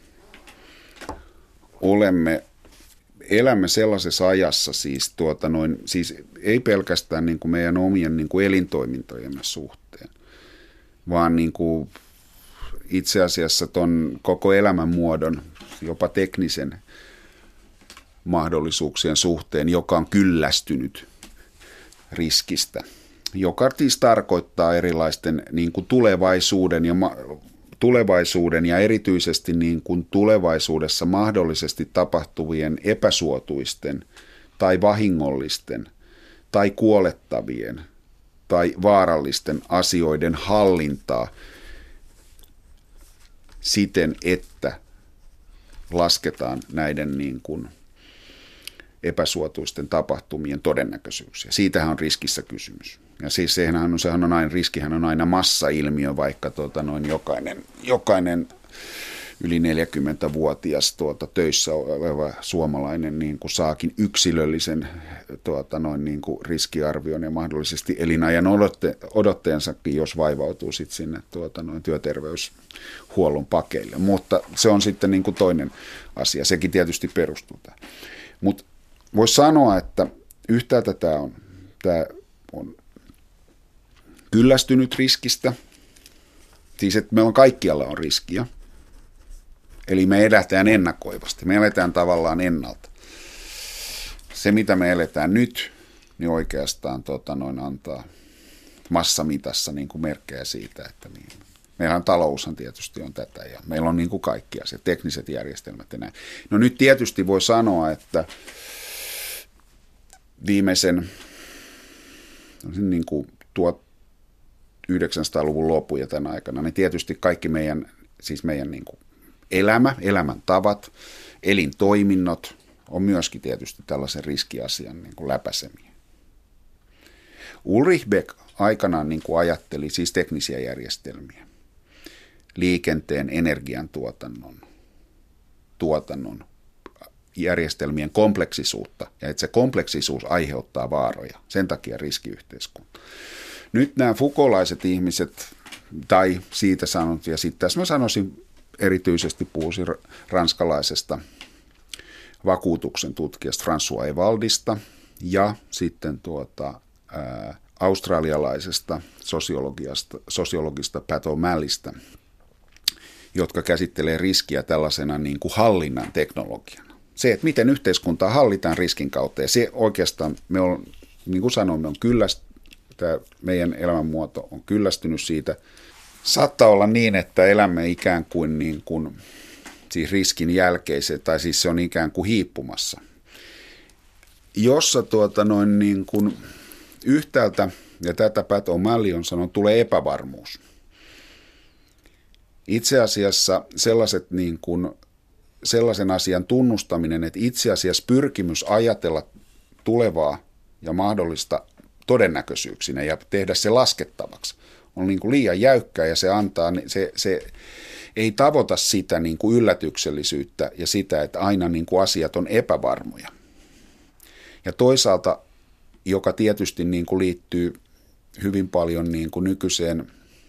olemme, elämme sellaisessa ajassa, siis, tuota noin, siis ei pelkästään niin kuin meidän omien niin kuin elintoimintojemme suhteen, vaan niin kuin itse asiassa ton koko elämänmuodon, jopa teknisen mahdollisuuksien suhteen, joka on kyllästynyt riskistä, joka siis tarkoittaa erilaisten niin kuin tulevaisuuden, ja, tulevaisuuden ja erityisesti niin kuin tulevaisuudessa mahdollisesti tapahtuvien epäsuotuisten tai vahingollisten tai kuolettavien tai vaarallisten asioiden hallintaa siten, että lasketaan näiden niin kuin epäsuotuisten tapahtumien todennäköisyyksiä. Siitähän on riskissä kysymys. Ja siis sehän on, sehän on aina, riskihän on aina massailmiö, vaikka tuota noin jokainen, jokainen yli neljäkymmentävuotias tuota, töissä oleva suomalainen niin kuin saakin yksilöllisen tuota, noin, niin kuin riskiarvion ja mahdollisesti elinajan odotte, odotteensakin, jos vaivautuu sit sinne tuota, noin työterveyshuollon pakeille. Mutta se on sitten niin kuin toinen asia. Sekin tietysti perustuu tähän. Mutta voisi sanoa, että yhtäältä tämä on, tämä on kyllästynyt riskistä. Siis, että meillä on kaikkialla on riskiä. Eli me eletään ennakoivasti. Me eletään tavallaan ennalta. Se, mitä me eletään nyt, niin oikeastaan tota, noin antaa massamitassa niin kuin merkkejä siitä, että niin. Meillähän taloushan tietysti on tätä ja meillä on niin kuin kaikki asiat, tekniset järjestelmät ja näin. No nyt tietysti voi sanoa, että viimeisen niin kuin tuhatyhdeksänsataaluvun lopun ja tämän aikana, niin tietysti kaikki meidän, siis meidän niin kuin elämä, elämäntavat, elintoiminnot on myöskin tietysti tällaisen riskiasian niin kuin läpäisemiä. Ulrich Beck aikanaan niin kuin ajatteli siis teknisiä järjestelmiä, liikenteen, energiantuotannon, tuotannon, järjestelmien kompleksisuutta, ja että se kompleksisuus aiheuttaa vaaroja, sen takia riskiyhteiskunta. Nyt nämä Foucaultlaiset ihmiset, tai siitä sanot, ja sitten tässä mä sanoisin, erityisesti puhuisin ranskalaisesta vakuutuksen tutkijasta François Evaldista ja sitten tuota, ää, australialaisesta sosiologista, sosiologista Pat O'Malleystä, jotka käsittelee riskiä tällaisena niin kuin hallinnan teknologiana. Se, että miten yhteiskuntaa hallitaan riskin kautta, ja se oikeastaan, me on, niin kuin sanoin, me on kylläst, tämä meidän elämänmuoto on kyllästynyt siitä. Saattaa olla niin, että elämme ikään kuin, niin kuin siis riskin jälkeisen, tai siis se on ikään kuin hiippumassa. jossa tuota noin niin kuin yhtäältä, ja tätä Pat O'Malley on sanonut, tulee epävarmuus. Itse asiassa sellaiset niin kuin, sellaisen asian tunnustaminen, että itse asiassa pyrkimys ajatella tulevaa ja mahdollista todennäköisyyksinä ja tehdä se laskettavaksi on niin kuin liian jäykkää ja se antaa, se, se ei tavoita sitä niin kuin yllätyksellisyyttä ja sitä, että aina niin kuin asiat on epävarmoja. Ja toisaalta, joka tietysti niin kuin liittyy hyvin paljon niin kuin nykyiseen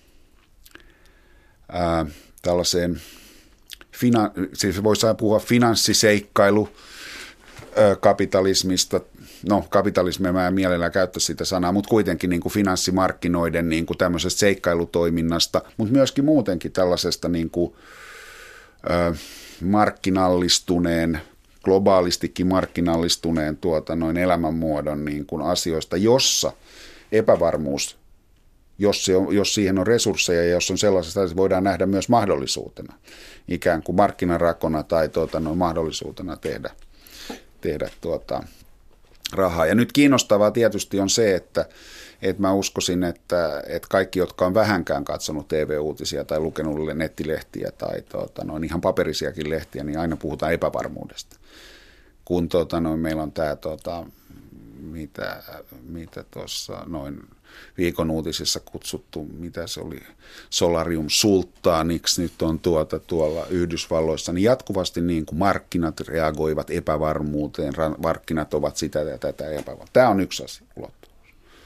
ää, tällaiseen, fina, siis voisi puhua finanssiseikkailu ää, kapitalismista. No, kapitalismia mä en mielellään käyttäisi sitä sanaa, mutta kuitenkin niin kuin finanssimarkkinoiden niin kuin tämmöisestä seikkailutoiminnasta, mutta myöskin muutenkin tällaisesta niin kuin, ää, markkinallistuneen, globaalistikin markkinallistuneen tuota, noin elämänmuodon niin kuin asioista, jossa epävarmuus, jos, se on, jos siihen on resursseja ja jos on sellaisesta, se voidaan nähdä myös mahdollisuutena, ikään kuin markkinarakona tai tuota, noin mahdollisuutena tehdä, tehdä tuota, rahaa. Ja nyt kiinnostavaa tietysti on se, että, että mä uskoisin, että, että kaikki, jotka on vähänkään katsonut T V-uutisia tai lukenut nettilehtiä tai tuota, noin ihan paperisiakin lehtiä, niin aina puhutaan epävarmuudesta. Kun tuota, noin, meillä on tämä, tuota, mitä, mitä tuossa noin viikon uutisissa kutsuttu, mitä se oli, solarium sulttaaniksi nyt on tuota, tuolla Yhdysvalloissa, niin jatkuvasti niin kuin markkinat reagoivat epävarmuuteen, markkinat ovat sitä ja tätä epävarmuutta. Tämä on yksi asia, ulottuvuus.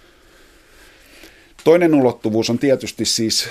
Toinen ulottuvuus on tietysti siis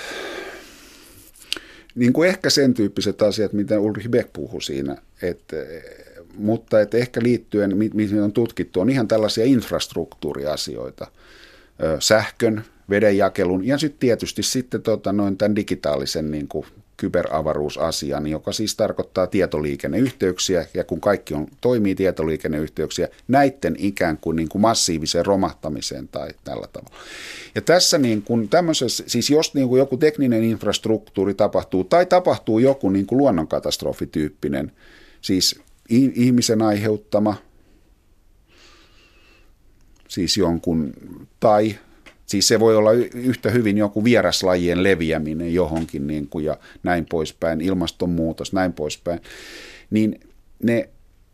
niin kuin ehkä sen tyyppiset asiat, mitä Ulrich Beck puhui siinä, että mutta että ehkä liittyen, mihin on tutkittu, on ihan tällaisia infrastruktuuriasioita, sähkön, vedenjakelun ja sitten tietysti sitten tota, noin tämän digitaalisen niin kuin kyberavaruusasian, joka siis tarkoittaa tietoliikenneyhteyksiä, ja kun kaikki on, toimii tietoliikenneyhteyksiä, näiden ikään kuin, niin kuin massiiviseen romahtamiseen tai tällä tavalla. Ja tässä niin kuin tämmöisessä, siis jos niin kuin joku tekninen infrastruktuuri tapahtuu, tai tapahtuu joku niin kuin luonnonkatastrofityyppinen, siis ihmisen aiheuttama, siis jonkun, tai siis se voi olla yhtä hyvin joku vieraslajien leviäminen johonkin niin kuin ja näin poispäin, ilmastonmuutos, näin poispäin, niin ne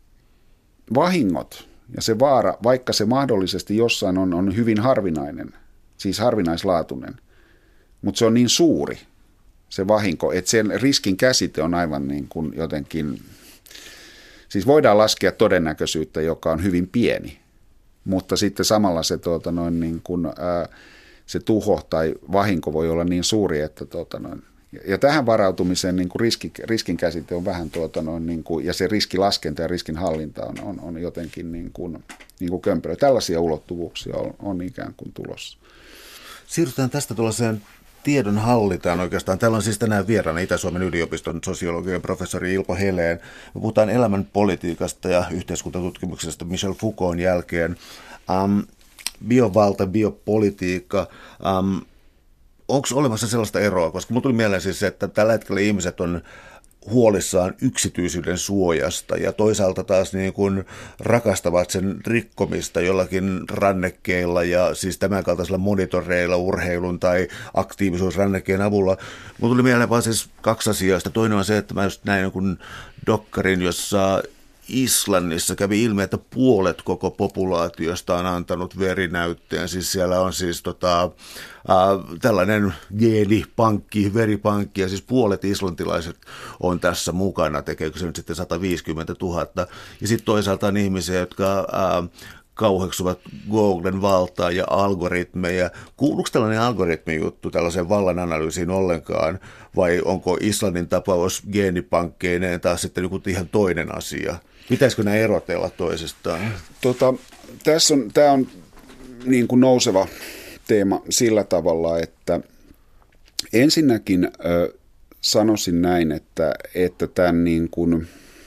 vahingot ja se vaara, vaikka se mahdollisesti jossain on, on hyvin harvinainen, siis harvinaislaatuinen, mutta se on niin suuri se vahinko, että sen riskin käsite on aivan niin kuin jotenkin, siis voidaan laskea todennäköisyyttä, joka on hyvin pieni, mutta sitten samalla se, tuota, noin, niin kuin, ää, se tuho tai vahinko voi olla niin suuri, että tuota, noin, ja tähän varautumisen niin kuin riski, riskin käsite on vähän, tuota, noin, niin kuin, ja se riskilaskenta ja riskinhallinta on, on, on jotenkin niin kuin, niin kuin kömpelö. Tällaisia ulottuvuuksia on, on ikään kuin tulossa. Siirrytään tästä tuollaiseen tiedon hallintaan oikeastaan. Täällä on siis tänään vieraana Itä-Suomen yliopiston sosiologian professori Ilpo Heleen. Me puhutaan elämän politiikasta ja yhteiskuntatutkimuksesta Michel Foucaultin jälkeen. Um, biovalta, biopolitiikka. Um, Onko olemassa sellaista eroa? Koska minulle tuli mieleen siis se, että tällä hetkellä ihmiset on huolissaan yksityisyyden suojasta ja toisaalta taas niin kuin rakastavat sen rikkomista jollakin rannekkeilla ja siis tämän kaltaisilla monitoreilla urheilun tai aktiivisuusrannekkeen avulla. Minulle tuli mieleen vaan siis kaksi asiaa. Toinen on se, että mä just näin jonkun dokkarin, jossa Islannissa kävi ilmi, että puolet koko populaatiosta on antanut verinäytteen. Siis siellä on siis tota, äh, tällainen geenipankki, veripankki, ja siis puolet islantilaiset on tässä mukana. Tekeekö se nyt sitten sata viisikymmentätuhatta? Ja sitten toisaalta on ihmisiä, jotka äh, kauheksuvat Googlen valtaa ja algoritmeja. Kuuluuko tällainen algoritmijuttu tällaiseen vallan analyysiin ollenkaan, vai onko Islannin tapaus geenipankkeineen taas sitten joku ihan toinen asia? Pitäisikö nämä erotella toisistaan? Tota, tässä on, tämä on niin kuin nouseva teema sillä tavalla, että ensinnäkin ö, sanoisin näin, että, että tämän niin kuin,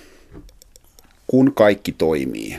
kun kaikki toimii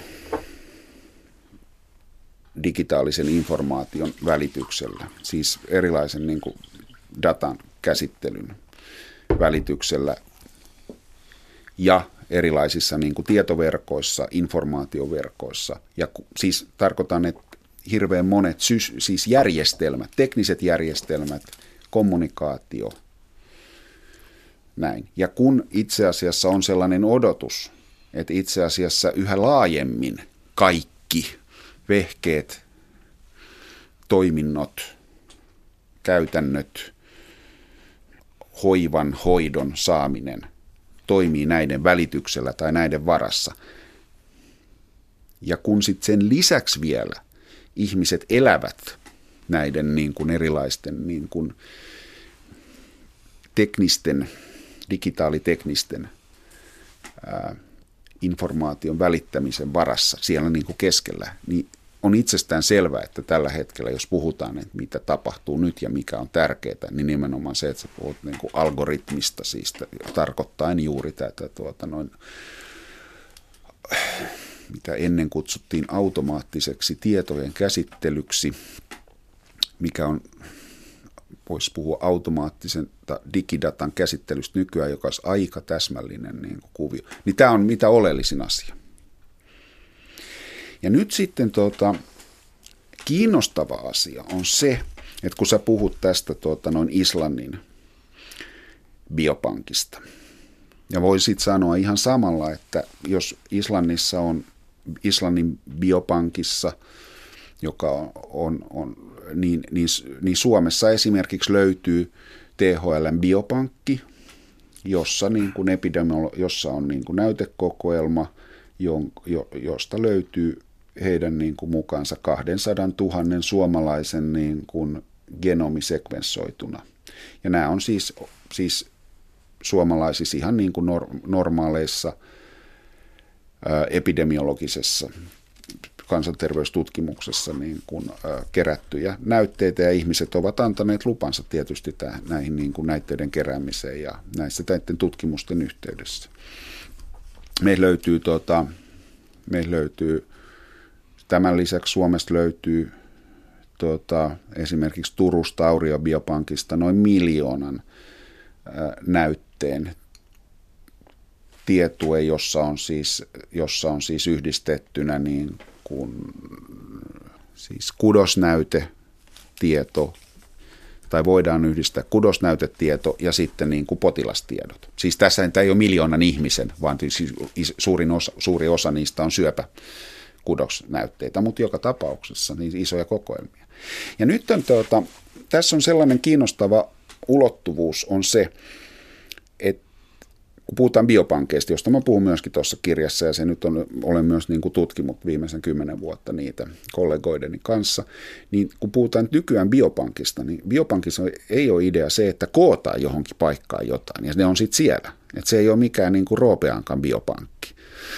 digitaalisen informaation välityksellä, siis erilaisen niin kuin datan käsittelyn välityksellä, ja erilaisissa niin kuin tietoverkoissa, informaatioverkoissa. Ja siis tarkoitan, että hirveän monet siis järjestelmät, tekniset järjestelmät, kommunikaatio, näin. Ja kun itse asiassa on sellainen odotus, että itse asiassa yhä laajemmin kaikki vehkeet, toiminnot, käytännöt, hoivan, hoidon saaminen toimii näiden välityksellä tai näiden varassa. Ja kun sitten sen lisäksi vielä ihmiset elävät näiden niin kuin erilaisten niin kuin teknisten, digitaaliteknisten ää, informaation välittämisen varassa siellä niin kuin keskellä, niin on itsestään selvää, että tällä hetkellä, jos puhutaan, että mitä tapahtuu nyt ja mikä on tärkeää, niin nimenomaan se, että sä puhut niin kuin algoritmista, siis tarkoittaen juuri tätä, tuota, noin, mitä ennen kutsuttiin automaattiseksi tietojen käsittelyksi, mikä on, voisi puhua automaattisen digidatan käsittelystä nykyään, joka olisi aika täsmällinen niin kuin kuvio. Niin tämä on mitä oleellisin asia. Ja nyt sitten tuota, kiinnostava asia on se, että kun sä puhut tästä tuota, noin Islannin biopankista, ja voisit sanoa ihan samalla, että jos Islannissa on Islannin biopankissa, joka on, on, on niin, niin, niin Suomessa esimerkiksi löytyy T H L:n biopankki, jossa, niin kuin epidemiolo- jossa on niin kuin näytekokoelma, josta löytyy heidän niin kuin mukaansa kaksisataatuhatta suomalaisen niin kuin genomi sekvensoituna. Ja nämä on siis, siis suomalaisissa ihan niin kuin normaaleissa ää, epidemiologisessa kansanterveystutkimuksessa niin kuin, ää, kerättyjä näytteitä, ja ihmiset ovat antaneet lupansa tietysti tähän, näihin niin kuin näytteiden keräämiseen ja näissä näiden tutkimusten yhteydessä. Meillä löytyy, tota, meillä löytyy tämän lisäksi Suomesta löytyy tota, esimerkiksi Turusta Auriobiopankista noin miljoonan ää, näytteen tietue, jossa on siis, jossa on siis yhdistettynä niin kuin, siis kudosnäytetieto, tai voidaan yhdistää kudosnäytetieto ja sitten niin kuin potilastiedot. Siis tässä ei ole miljoonan ihmisen, vaan siis suurin osa, suuri osa niistä on syöpäkudosnäytteitä, mutta joka tapauksessa niin isoja kokoelmia. Ja nyt on, tuota, tässä on sellainen kiinnostava ulottuvuus on se, että kun puhutaan biopankeista, josta mä puhun myöskin tuossa kirjassa, ja se nyt on, olen myös niin kuin tutkinut viimeisen kymmenen vuotta niitä kollegoideni kanssa, niin kun puhutaan nykyään biopankista, niin biopankissa ei ole idea se, että kootaan johonkin paikkaan jotain, ja ne on sitten siellä. Että se ei ole mikään niin kuin Roopeankan biopankki.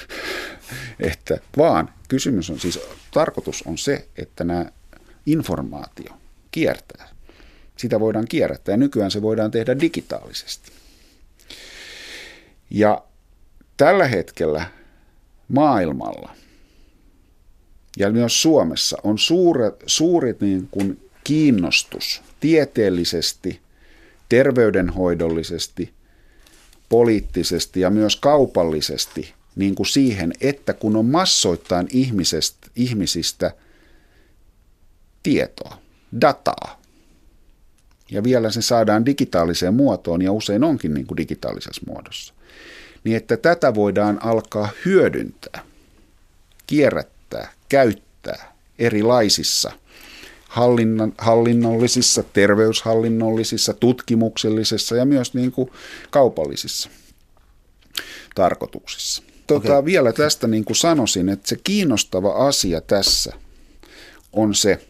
että, vaan kysymys on siis, tarkoitus on se, että nämä informaatio kiertää. Sitä voidaan kierrättää, ja nykyään se voidaan tehdä digitaalisesti. Ja tällä hetkellä maailmalla ja myös Suomessa on suuri, suuri niin kuin kiinnostus tieteellisesti, terveydenhoidollisesti, poliittisesti ja myös kaupallisesti niin kuin siihen, että kun on massoittain ihmisestä, ihmisistä tietoa, dataa, ja vielä se saadaan digitaaliseen muotoon, ja usein onkin niin kuin digitaalisessa muodossa, niin että tätä voidaan alkaa hyödyntää, kierrättää, käyttää erilaisissa hallinnan, hallinnollisissa, terveyshallinnollisissa, tutkimuksellisissa ja myös niin kuin kaupallisissa tarkoituksissa. Tota, okay. Vielä tästä niin kuin sanoisin, että se kiinnostava asia tässä on se,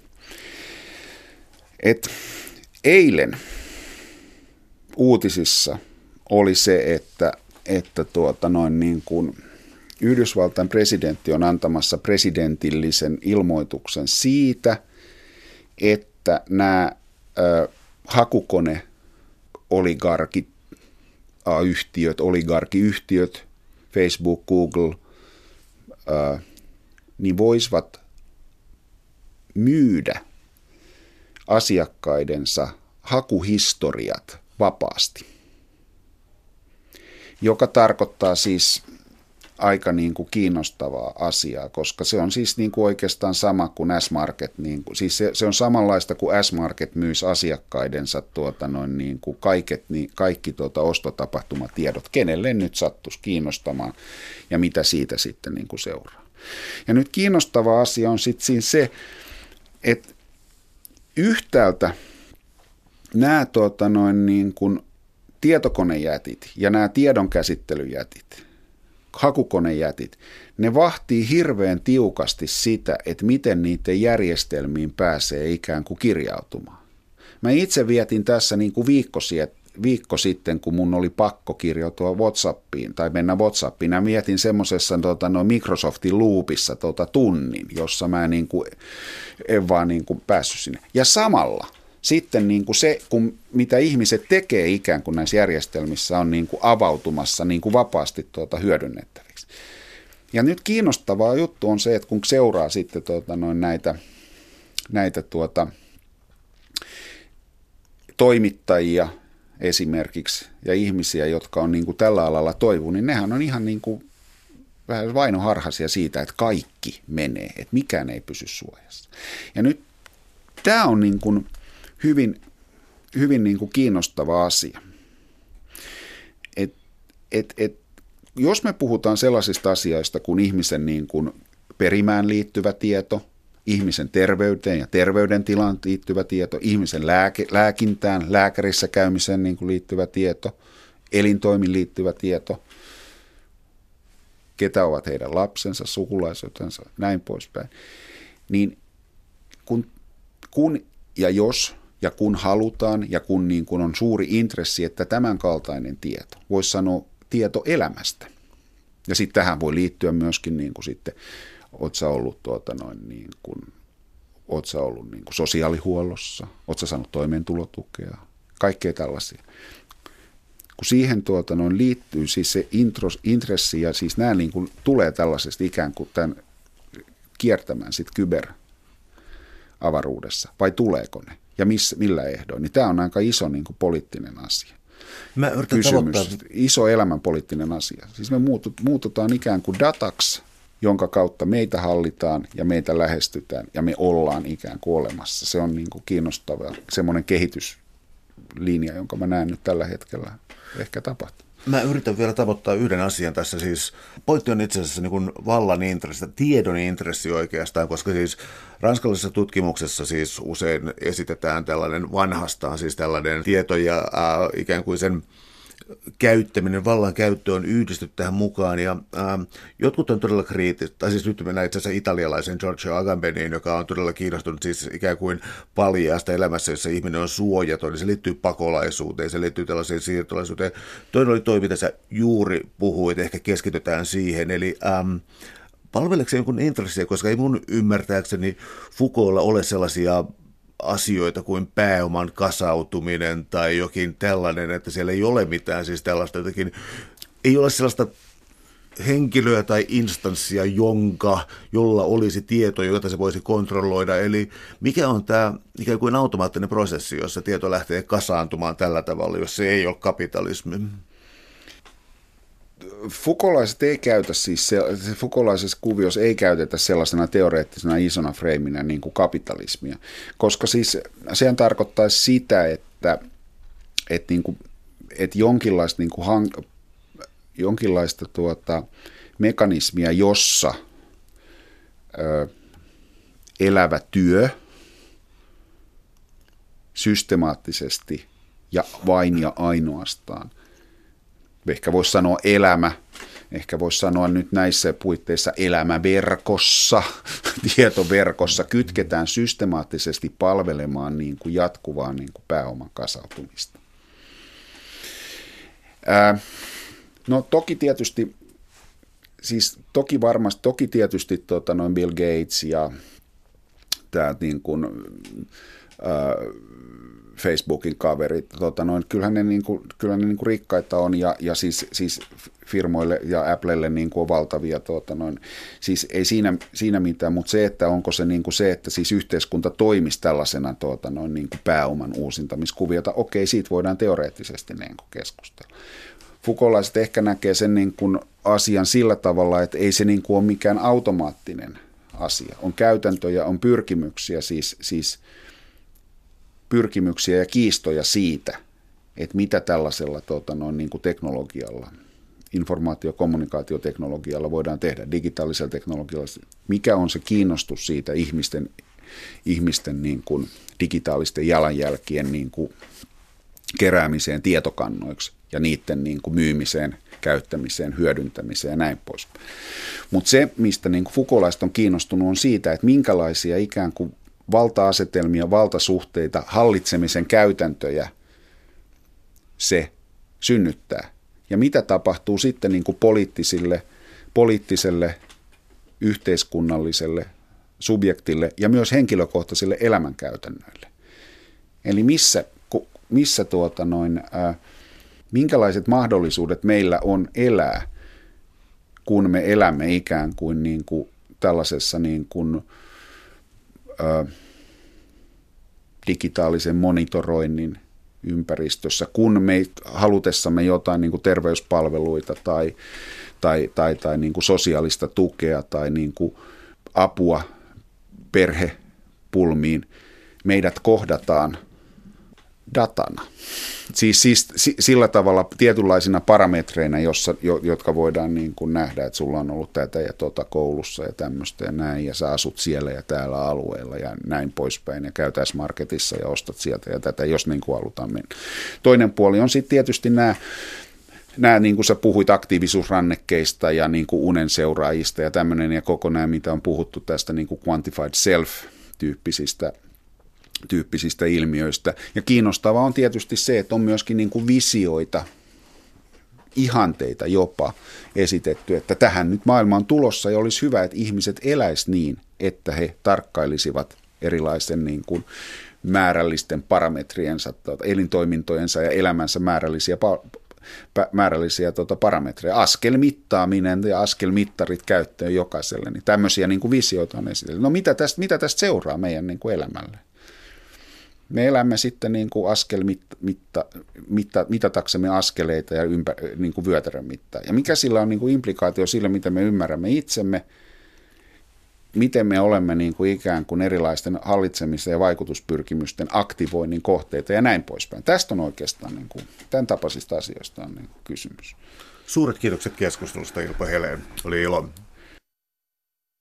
että eilen uutisissa oli se, että että tuota noin niin kuin Yhdysvaltain presidentti on antamassa presidentillisen ilmoituksen siitä, että nämä ö, hakukone-oligarkit, yhtiöt, oligarkiyhtiöt, Facebook, Google, ö, niin voisivat myydä asiakkaidensa hakuhistoriat vapaasti. Joka tarkoittaa siis aika niin kuin kiinnostavaa asiaa, koska se on siis niin kuin oikeastaan sama kuin S-Market. Niin kuin, siis se, se on samanlaista kuin S-Market myisi asiakkaidensa tuota noin niin kuin kaiket, niin, kaikki tuota ostotapahtumatiedot, kenelle nyt sattuisi kiinnostamaan ja mitä siitä sitten niin kuin seuraa. Ja nyt kiinnostava asia on sitten siinä se, että yhtäältä nämä tuota noin niin kuin tietokonejätit ja nämä tiedonkäsittelyjätit, hakukonejätit, ne vahtii hirveän tiukasti sitä, että miten niiden järjestelmiin pääsee ikään kuin kirjautumaan. Mä itse vietin tässä niin kuin viikko, viikko sitten, kun mun oli pakko kirjautua WhatsAppiin tai mennä WhatsAppiin. Mä mietin semmoisessa tota, no Microsoftin loopissa tota, tunnin, jossa mä niin kuin, en vaan niin kuin päässyt sinne. Ja samalla sitten niin kuin se, kun, mitä ihmiset tekee ikään kuin näissä järjestelmissä, on niin kuin avautumassa niin kuin vapaasti tuota hyödynnettäviksi. Ja nyt kiinnostavaa juttu on se, että kun seuraa sitten tuota noin näitä, näitä tuota, toimittajia esimerkiksi ja ihmisiä, jotka on niin kuin tällä alalla toivu, niin nehän on ihan niin kuin vähän vainoharhaisia siitä, että kaikki menee, että mikään ei pysy suojassa. Ja nyt tämä on niin kuin hyvin, hyvin niin kuin kiinnostava asia. Et, et, et, jos me puhutaan sellaisista asioista kuin ihmisen niin kuin perimään liittyvä tieto, ihmisen terveyteen ja terveydentilaan liittyvä tieto, ihmisen lääke, lääkintään, lääkärissä käymiseen niin kuin liittyvä tieto, elintoimiin liittyvä tieto, ketä ovat heidän lapsensa, sukulaisotensa, näin poispäin, niin kun, kun ja jos ja kun halutaan ja kun niin kun on suuri intressi, että tämän kaltainen tieto, voisi sanoa tieto elämästä. Ja sitten tähän voi liittyä myöskin, niin kuin sitten, oot sä ollut, tuota noin, niin kuin, oot sä ollut niin kuin sosiaalihuollossa, oot sä saanut toimeentulotukea, kaikkea tällaisia. Kun siihen tuota noin liittyy siis se intros, intressi ja siis nämä niin kuin tulee tällaisesta ikään kuin tämän kiertämään sitten kyberavaruudessa, vai tuleeko ne? Ja missä, millä ehdoin, niin tämä on aika iso niin kuin poliittinen asia. Mä yritän Kysymys, tavoittaa. Iso elämänpoliittinen asia. Siis me muututaan ikään kuin dataksi, jonka kautta meitä hallitaan ja meitä lähestytään ja me ollaan ikään kuin olemassa. Se on niin kuin kiinnostava semmoinen kehityslinja, jonka mä näen nyt tällä hetkellä ehkä tapahtuu. Mä yritän vielä tavoittaa yhden asian tässä. Siis pointti on itse asiassa niin kuin vallan intressi, tiedon intressi oikeastaan, koska siis ranskalaisessa tutkimuksessa siis usein esitetään tällainen vanhastaan, siis tällainen tieto ja äh, ikään kuin sen käyttäminen, vallan käyttö on yhdistetty tähän mukaan, ja ähm, jotkut on todella kriittistä, tai siis nyt mennään itse asiassa italialaisen Giorgio Agambeniin, joka on todella kiinnostunut siis ikään kuin paljaasta elämässä, jossa ihminen on suojaton, niin se liittyy pakolaisuuteen, se liittyy tällaiseen siirtolaisuuteen. Toinen oli toi, mitä sä juuri puhuit, ehkä keskitytään siihen, eli ähm, palveleeko se jonkun intressiä, koska ei mun ymmärtääkseni Foucaultlla ole sellaisia asioita kuin pääoman kasautuminen tai jokin tällainen, että siellä ei ole mitään siis tällaista jotenkin, ei ole sellaista henkilöä tai instanssia, jonka, jolla olisi tieto, jota se voisi kontrolloida. Eli mikä on tämä ikään kuin automaattinen prosessi, jossa tieto lähtee kasaantumaan tällä tavalla, jos se ei ole kapitalismi? Foucaultlaiset ei käytä siis, se, Foucaultlaisessa kuviossa ei käytetä sellaisena teoreettisena isona freiminä niin kuin kapitalismia, koska siis sehän tarkoittaisi sitä, että, että, niin kuin, että jonkinlaista, niin kuin hank, jonkinlaista tuota, mekanismia, jossa ö, elävä työ systemaattisesti ja vain ja ainoastaan, ehkä voisi sanoa elämä, ehkä voisi sanoa nyt näissä puitteissa elämäverkossa, tietoverkossa, kytketään systemaattisesti palvelemaan niin kuin jatkuvaa niin kuin pääoman kasautumista. Ää, no toki tietysti, siis toki varmasti, toki tietysti tota, noin Bill Gates ja tämä niin kuin, ää, Facebookin kaverit, tota noin, kyllähän ne, niin kuin, kyllähän ne niin kuin rikkaita on ja, ja siis, siis firmoille ja Applelle niin kuin on valtavia, tota noin, siis ei siinä, siinä mitään, mutta se, että onko se niin kuin se, että siis yhteiskunta toimisi tällaisena tota noin, niin kuin pääoman uusintamiskuviota, okei, siitä voidaan teoreettisesti niin kuin keskustella. Foucaultlaiset ehkä näkee sen niin kuin asian sillä tavalla, että ei se niin kuin ole mikään automaattinen asia. On käytäntöjä, on pyrkimyksiä, siis, siis pyrkimyksiä ja kiistoja siitä, että mitä tällaisella tota, noin, niin kuin teknologialla, informaatio- ja kommunikaatioteknologialla voidaan tehdä, digitaalisella teknologialla. Mikä on se kiinnostus siitä ihmisten, ihmisten niin kuin digitaalisten jalanjälkien niin kuin keräämiseen tietokannoiksi ja niiden niin kuin myymiseen, käyttämiseen, hyödyntämiseen ja näin pois. Mutta se, mistä niin kuin Foucaultlaiset on kiinnostunut, on siitä, että minkälaisia ikään kuin valta-asetelmia, valtasuhteita, hallitsemisen käytäntöjä se synnyttää. Ja mitä tapahtuu sitten niin kuin poliittisille, poliittiselle, yhteiskunnalliselle subjektille ja myös henkilökohtaisille elämänkäytännöille. Eli missä, missä tuota noin, ää, minkälaiset mahdollisuudet meillä on elää, kun me elämme ikään kuin, niin kuin tällaisessa niin kuin, ää, digitaalisen monitoroinnin ympäristössä, kun me halutessamme jotain niin kuin terveyspalveluita tai, tai, tai, tai niin kuin sosiaalista tukea tai niin kuin apua perhepulmiin, meidät kohdataan datana. Siis, siis sillä tavalla tietynlaisina parametreina, jossa, jo, jotka voidaan niin kuin nähdä, että sulla on ollut tätä ja tota koulussa ja tämmöistä ja näin, ja sä asut siellä ja täällä alueella ja näin poispäin, ja käy tässä marketissa ja ostat sieltä ja tätä, jos niin kuin halutaan mennä. Toinen puoli on sitten tietysti nämä, nämä, niin kuin sä puhuit aktiivisuusrannekkeista ja niin kuin unen seuraajista ja tämmöinen, ja koko nämä, mitä on puhuttu tästä niin kuin quantified self-tyyppisistä tyyppisistä ilmiöistä. Ja kiinnostavaa on tietysti se, että on myöskin niin kuin visioita, ihanteita jopa esitetty, että tähän nyt maailma on tulossa ja olisi hyvä, että ihmiset eläisi niin, että he tarkkailisivat erilaisen niin kuin määrällisten parametriensa, elintoimintojensa ja elämänsä määrällisiä, määrällisiä tuota, parametreja. Askelmittaaminen ja askelmittarit käyttöön jokaiselle, niin tämmöisiä niin kuin visioita on esitelty. No mitä tästä, mitä tästä seuraa meidän niin kuin elämälle? Me elämme sitten niin kuin askel mitta, mitta, mitta, mitataksemme askeleita ja ympä, niin kuin vyötärön mittaa. Ja mikä sillä on niin kuin implikaatio sillä, mitä me ymmärrämme itsemme, miten me olemme niin kuin ikään kuin erilaisten hallitsemisen ja vaikutuspyrkimysten aktivoinnin kohteita ja näin poispäin. Tästä on oikeastaan niin kuin, tämän tapaisista asioista on niin kuin kysymys. Suuret kiitokset keskustelusta, Ilpo Helén. Oli ilo.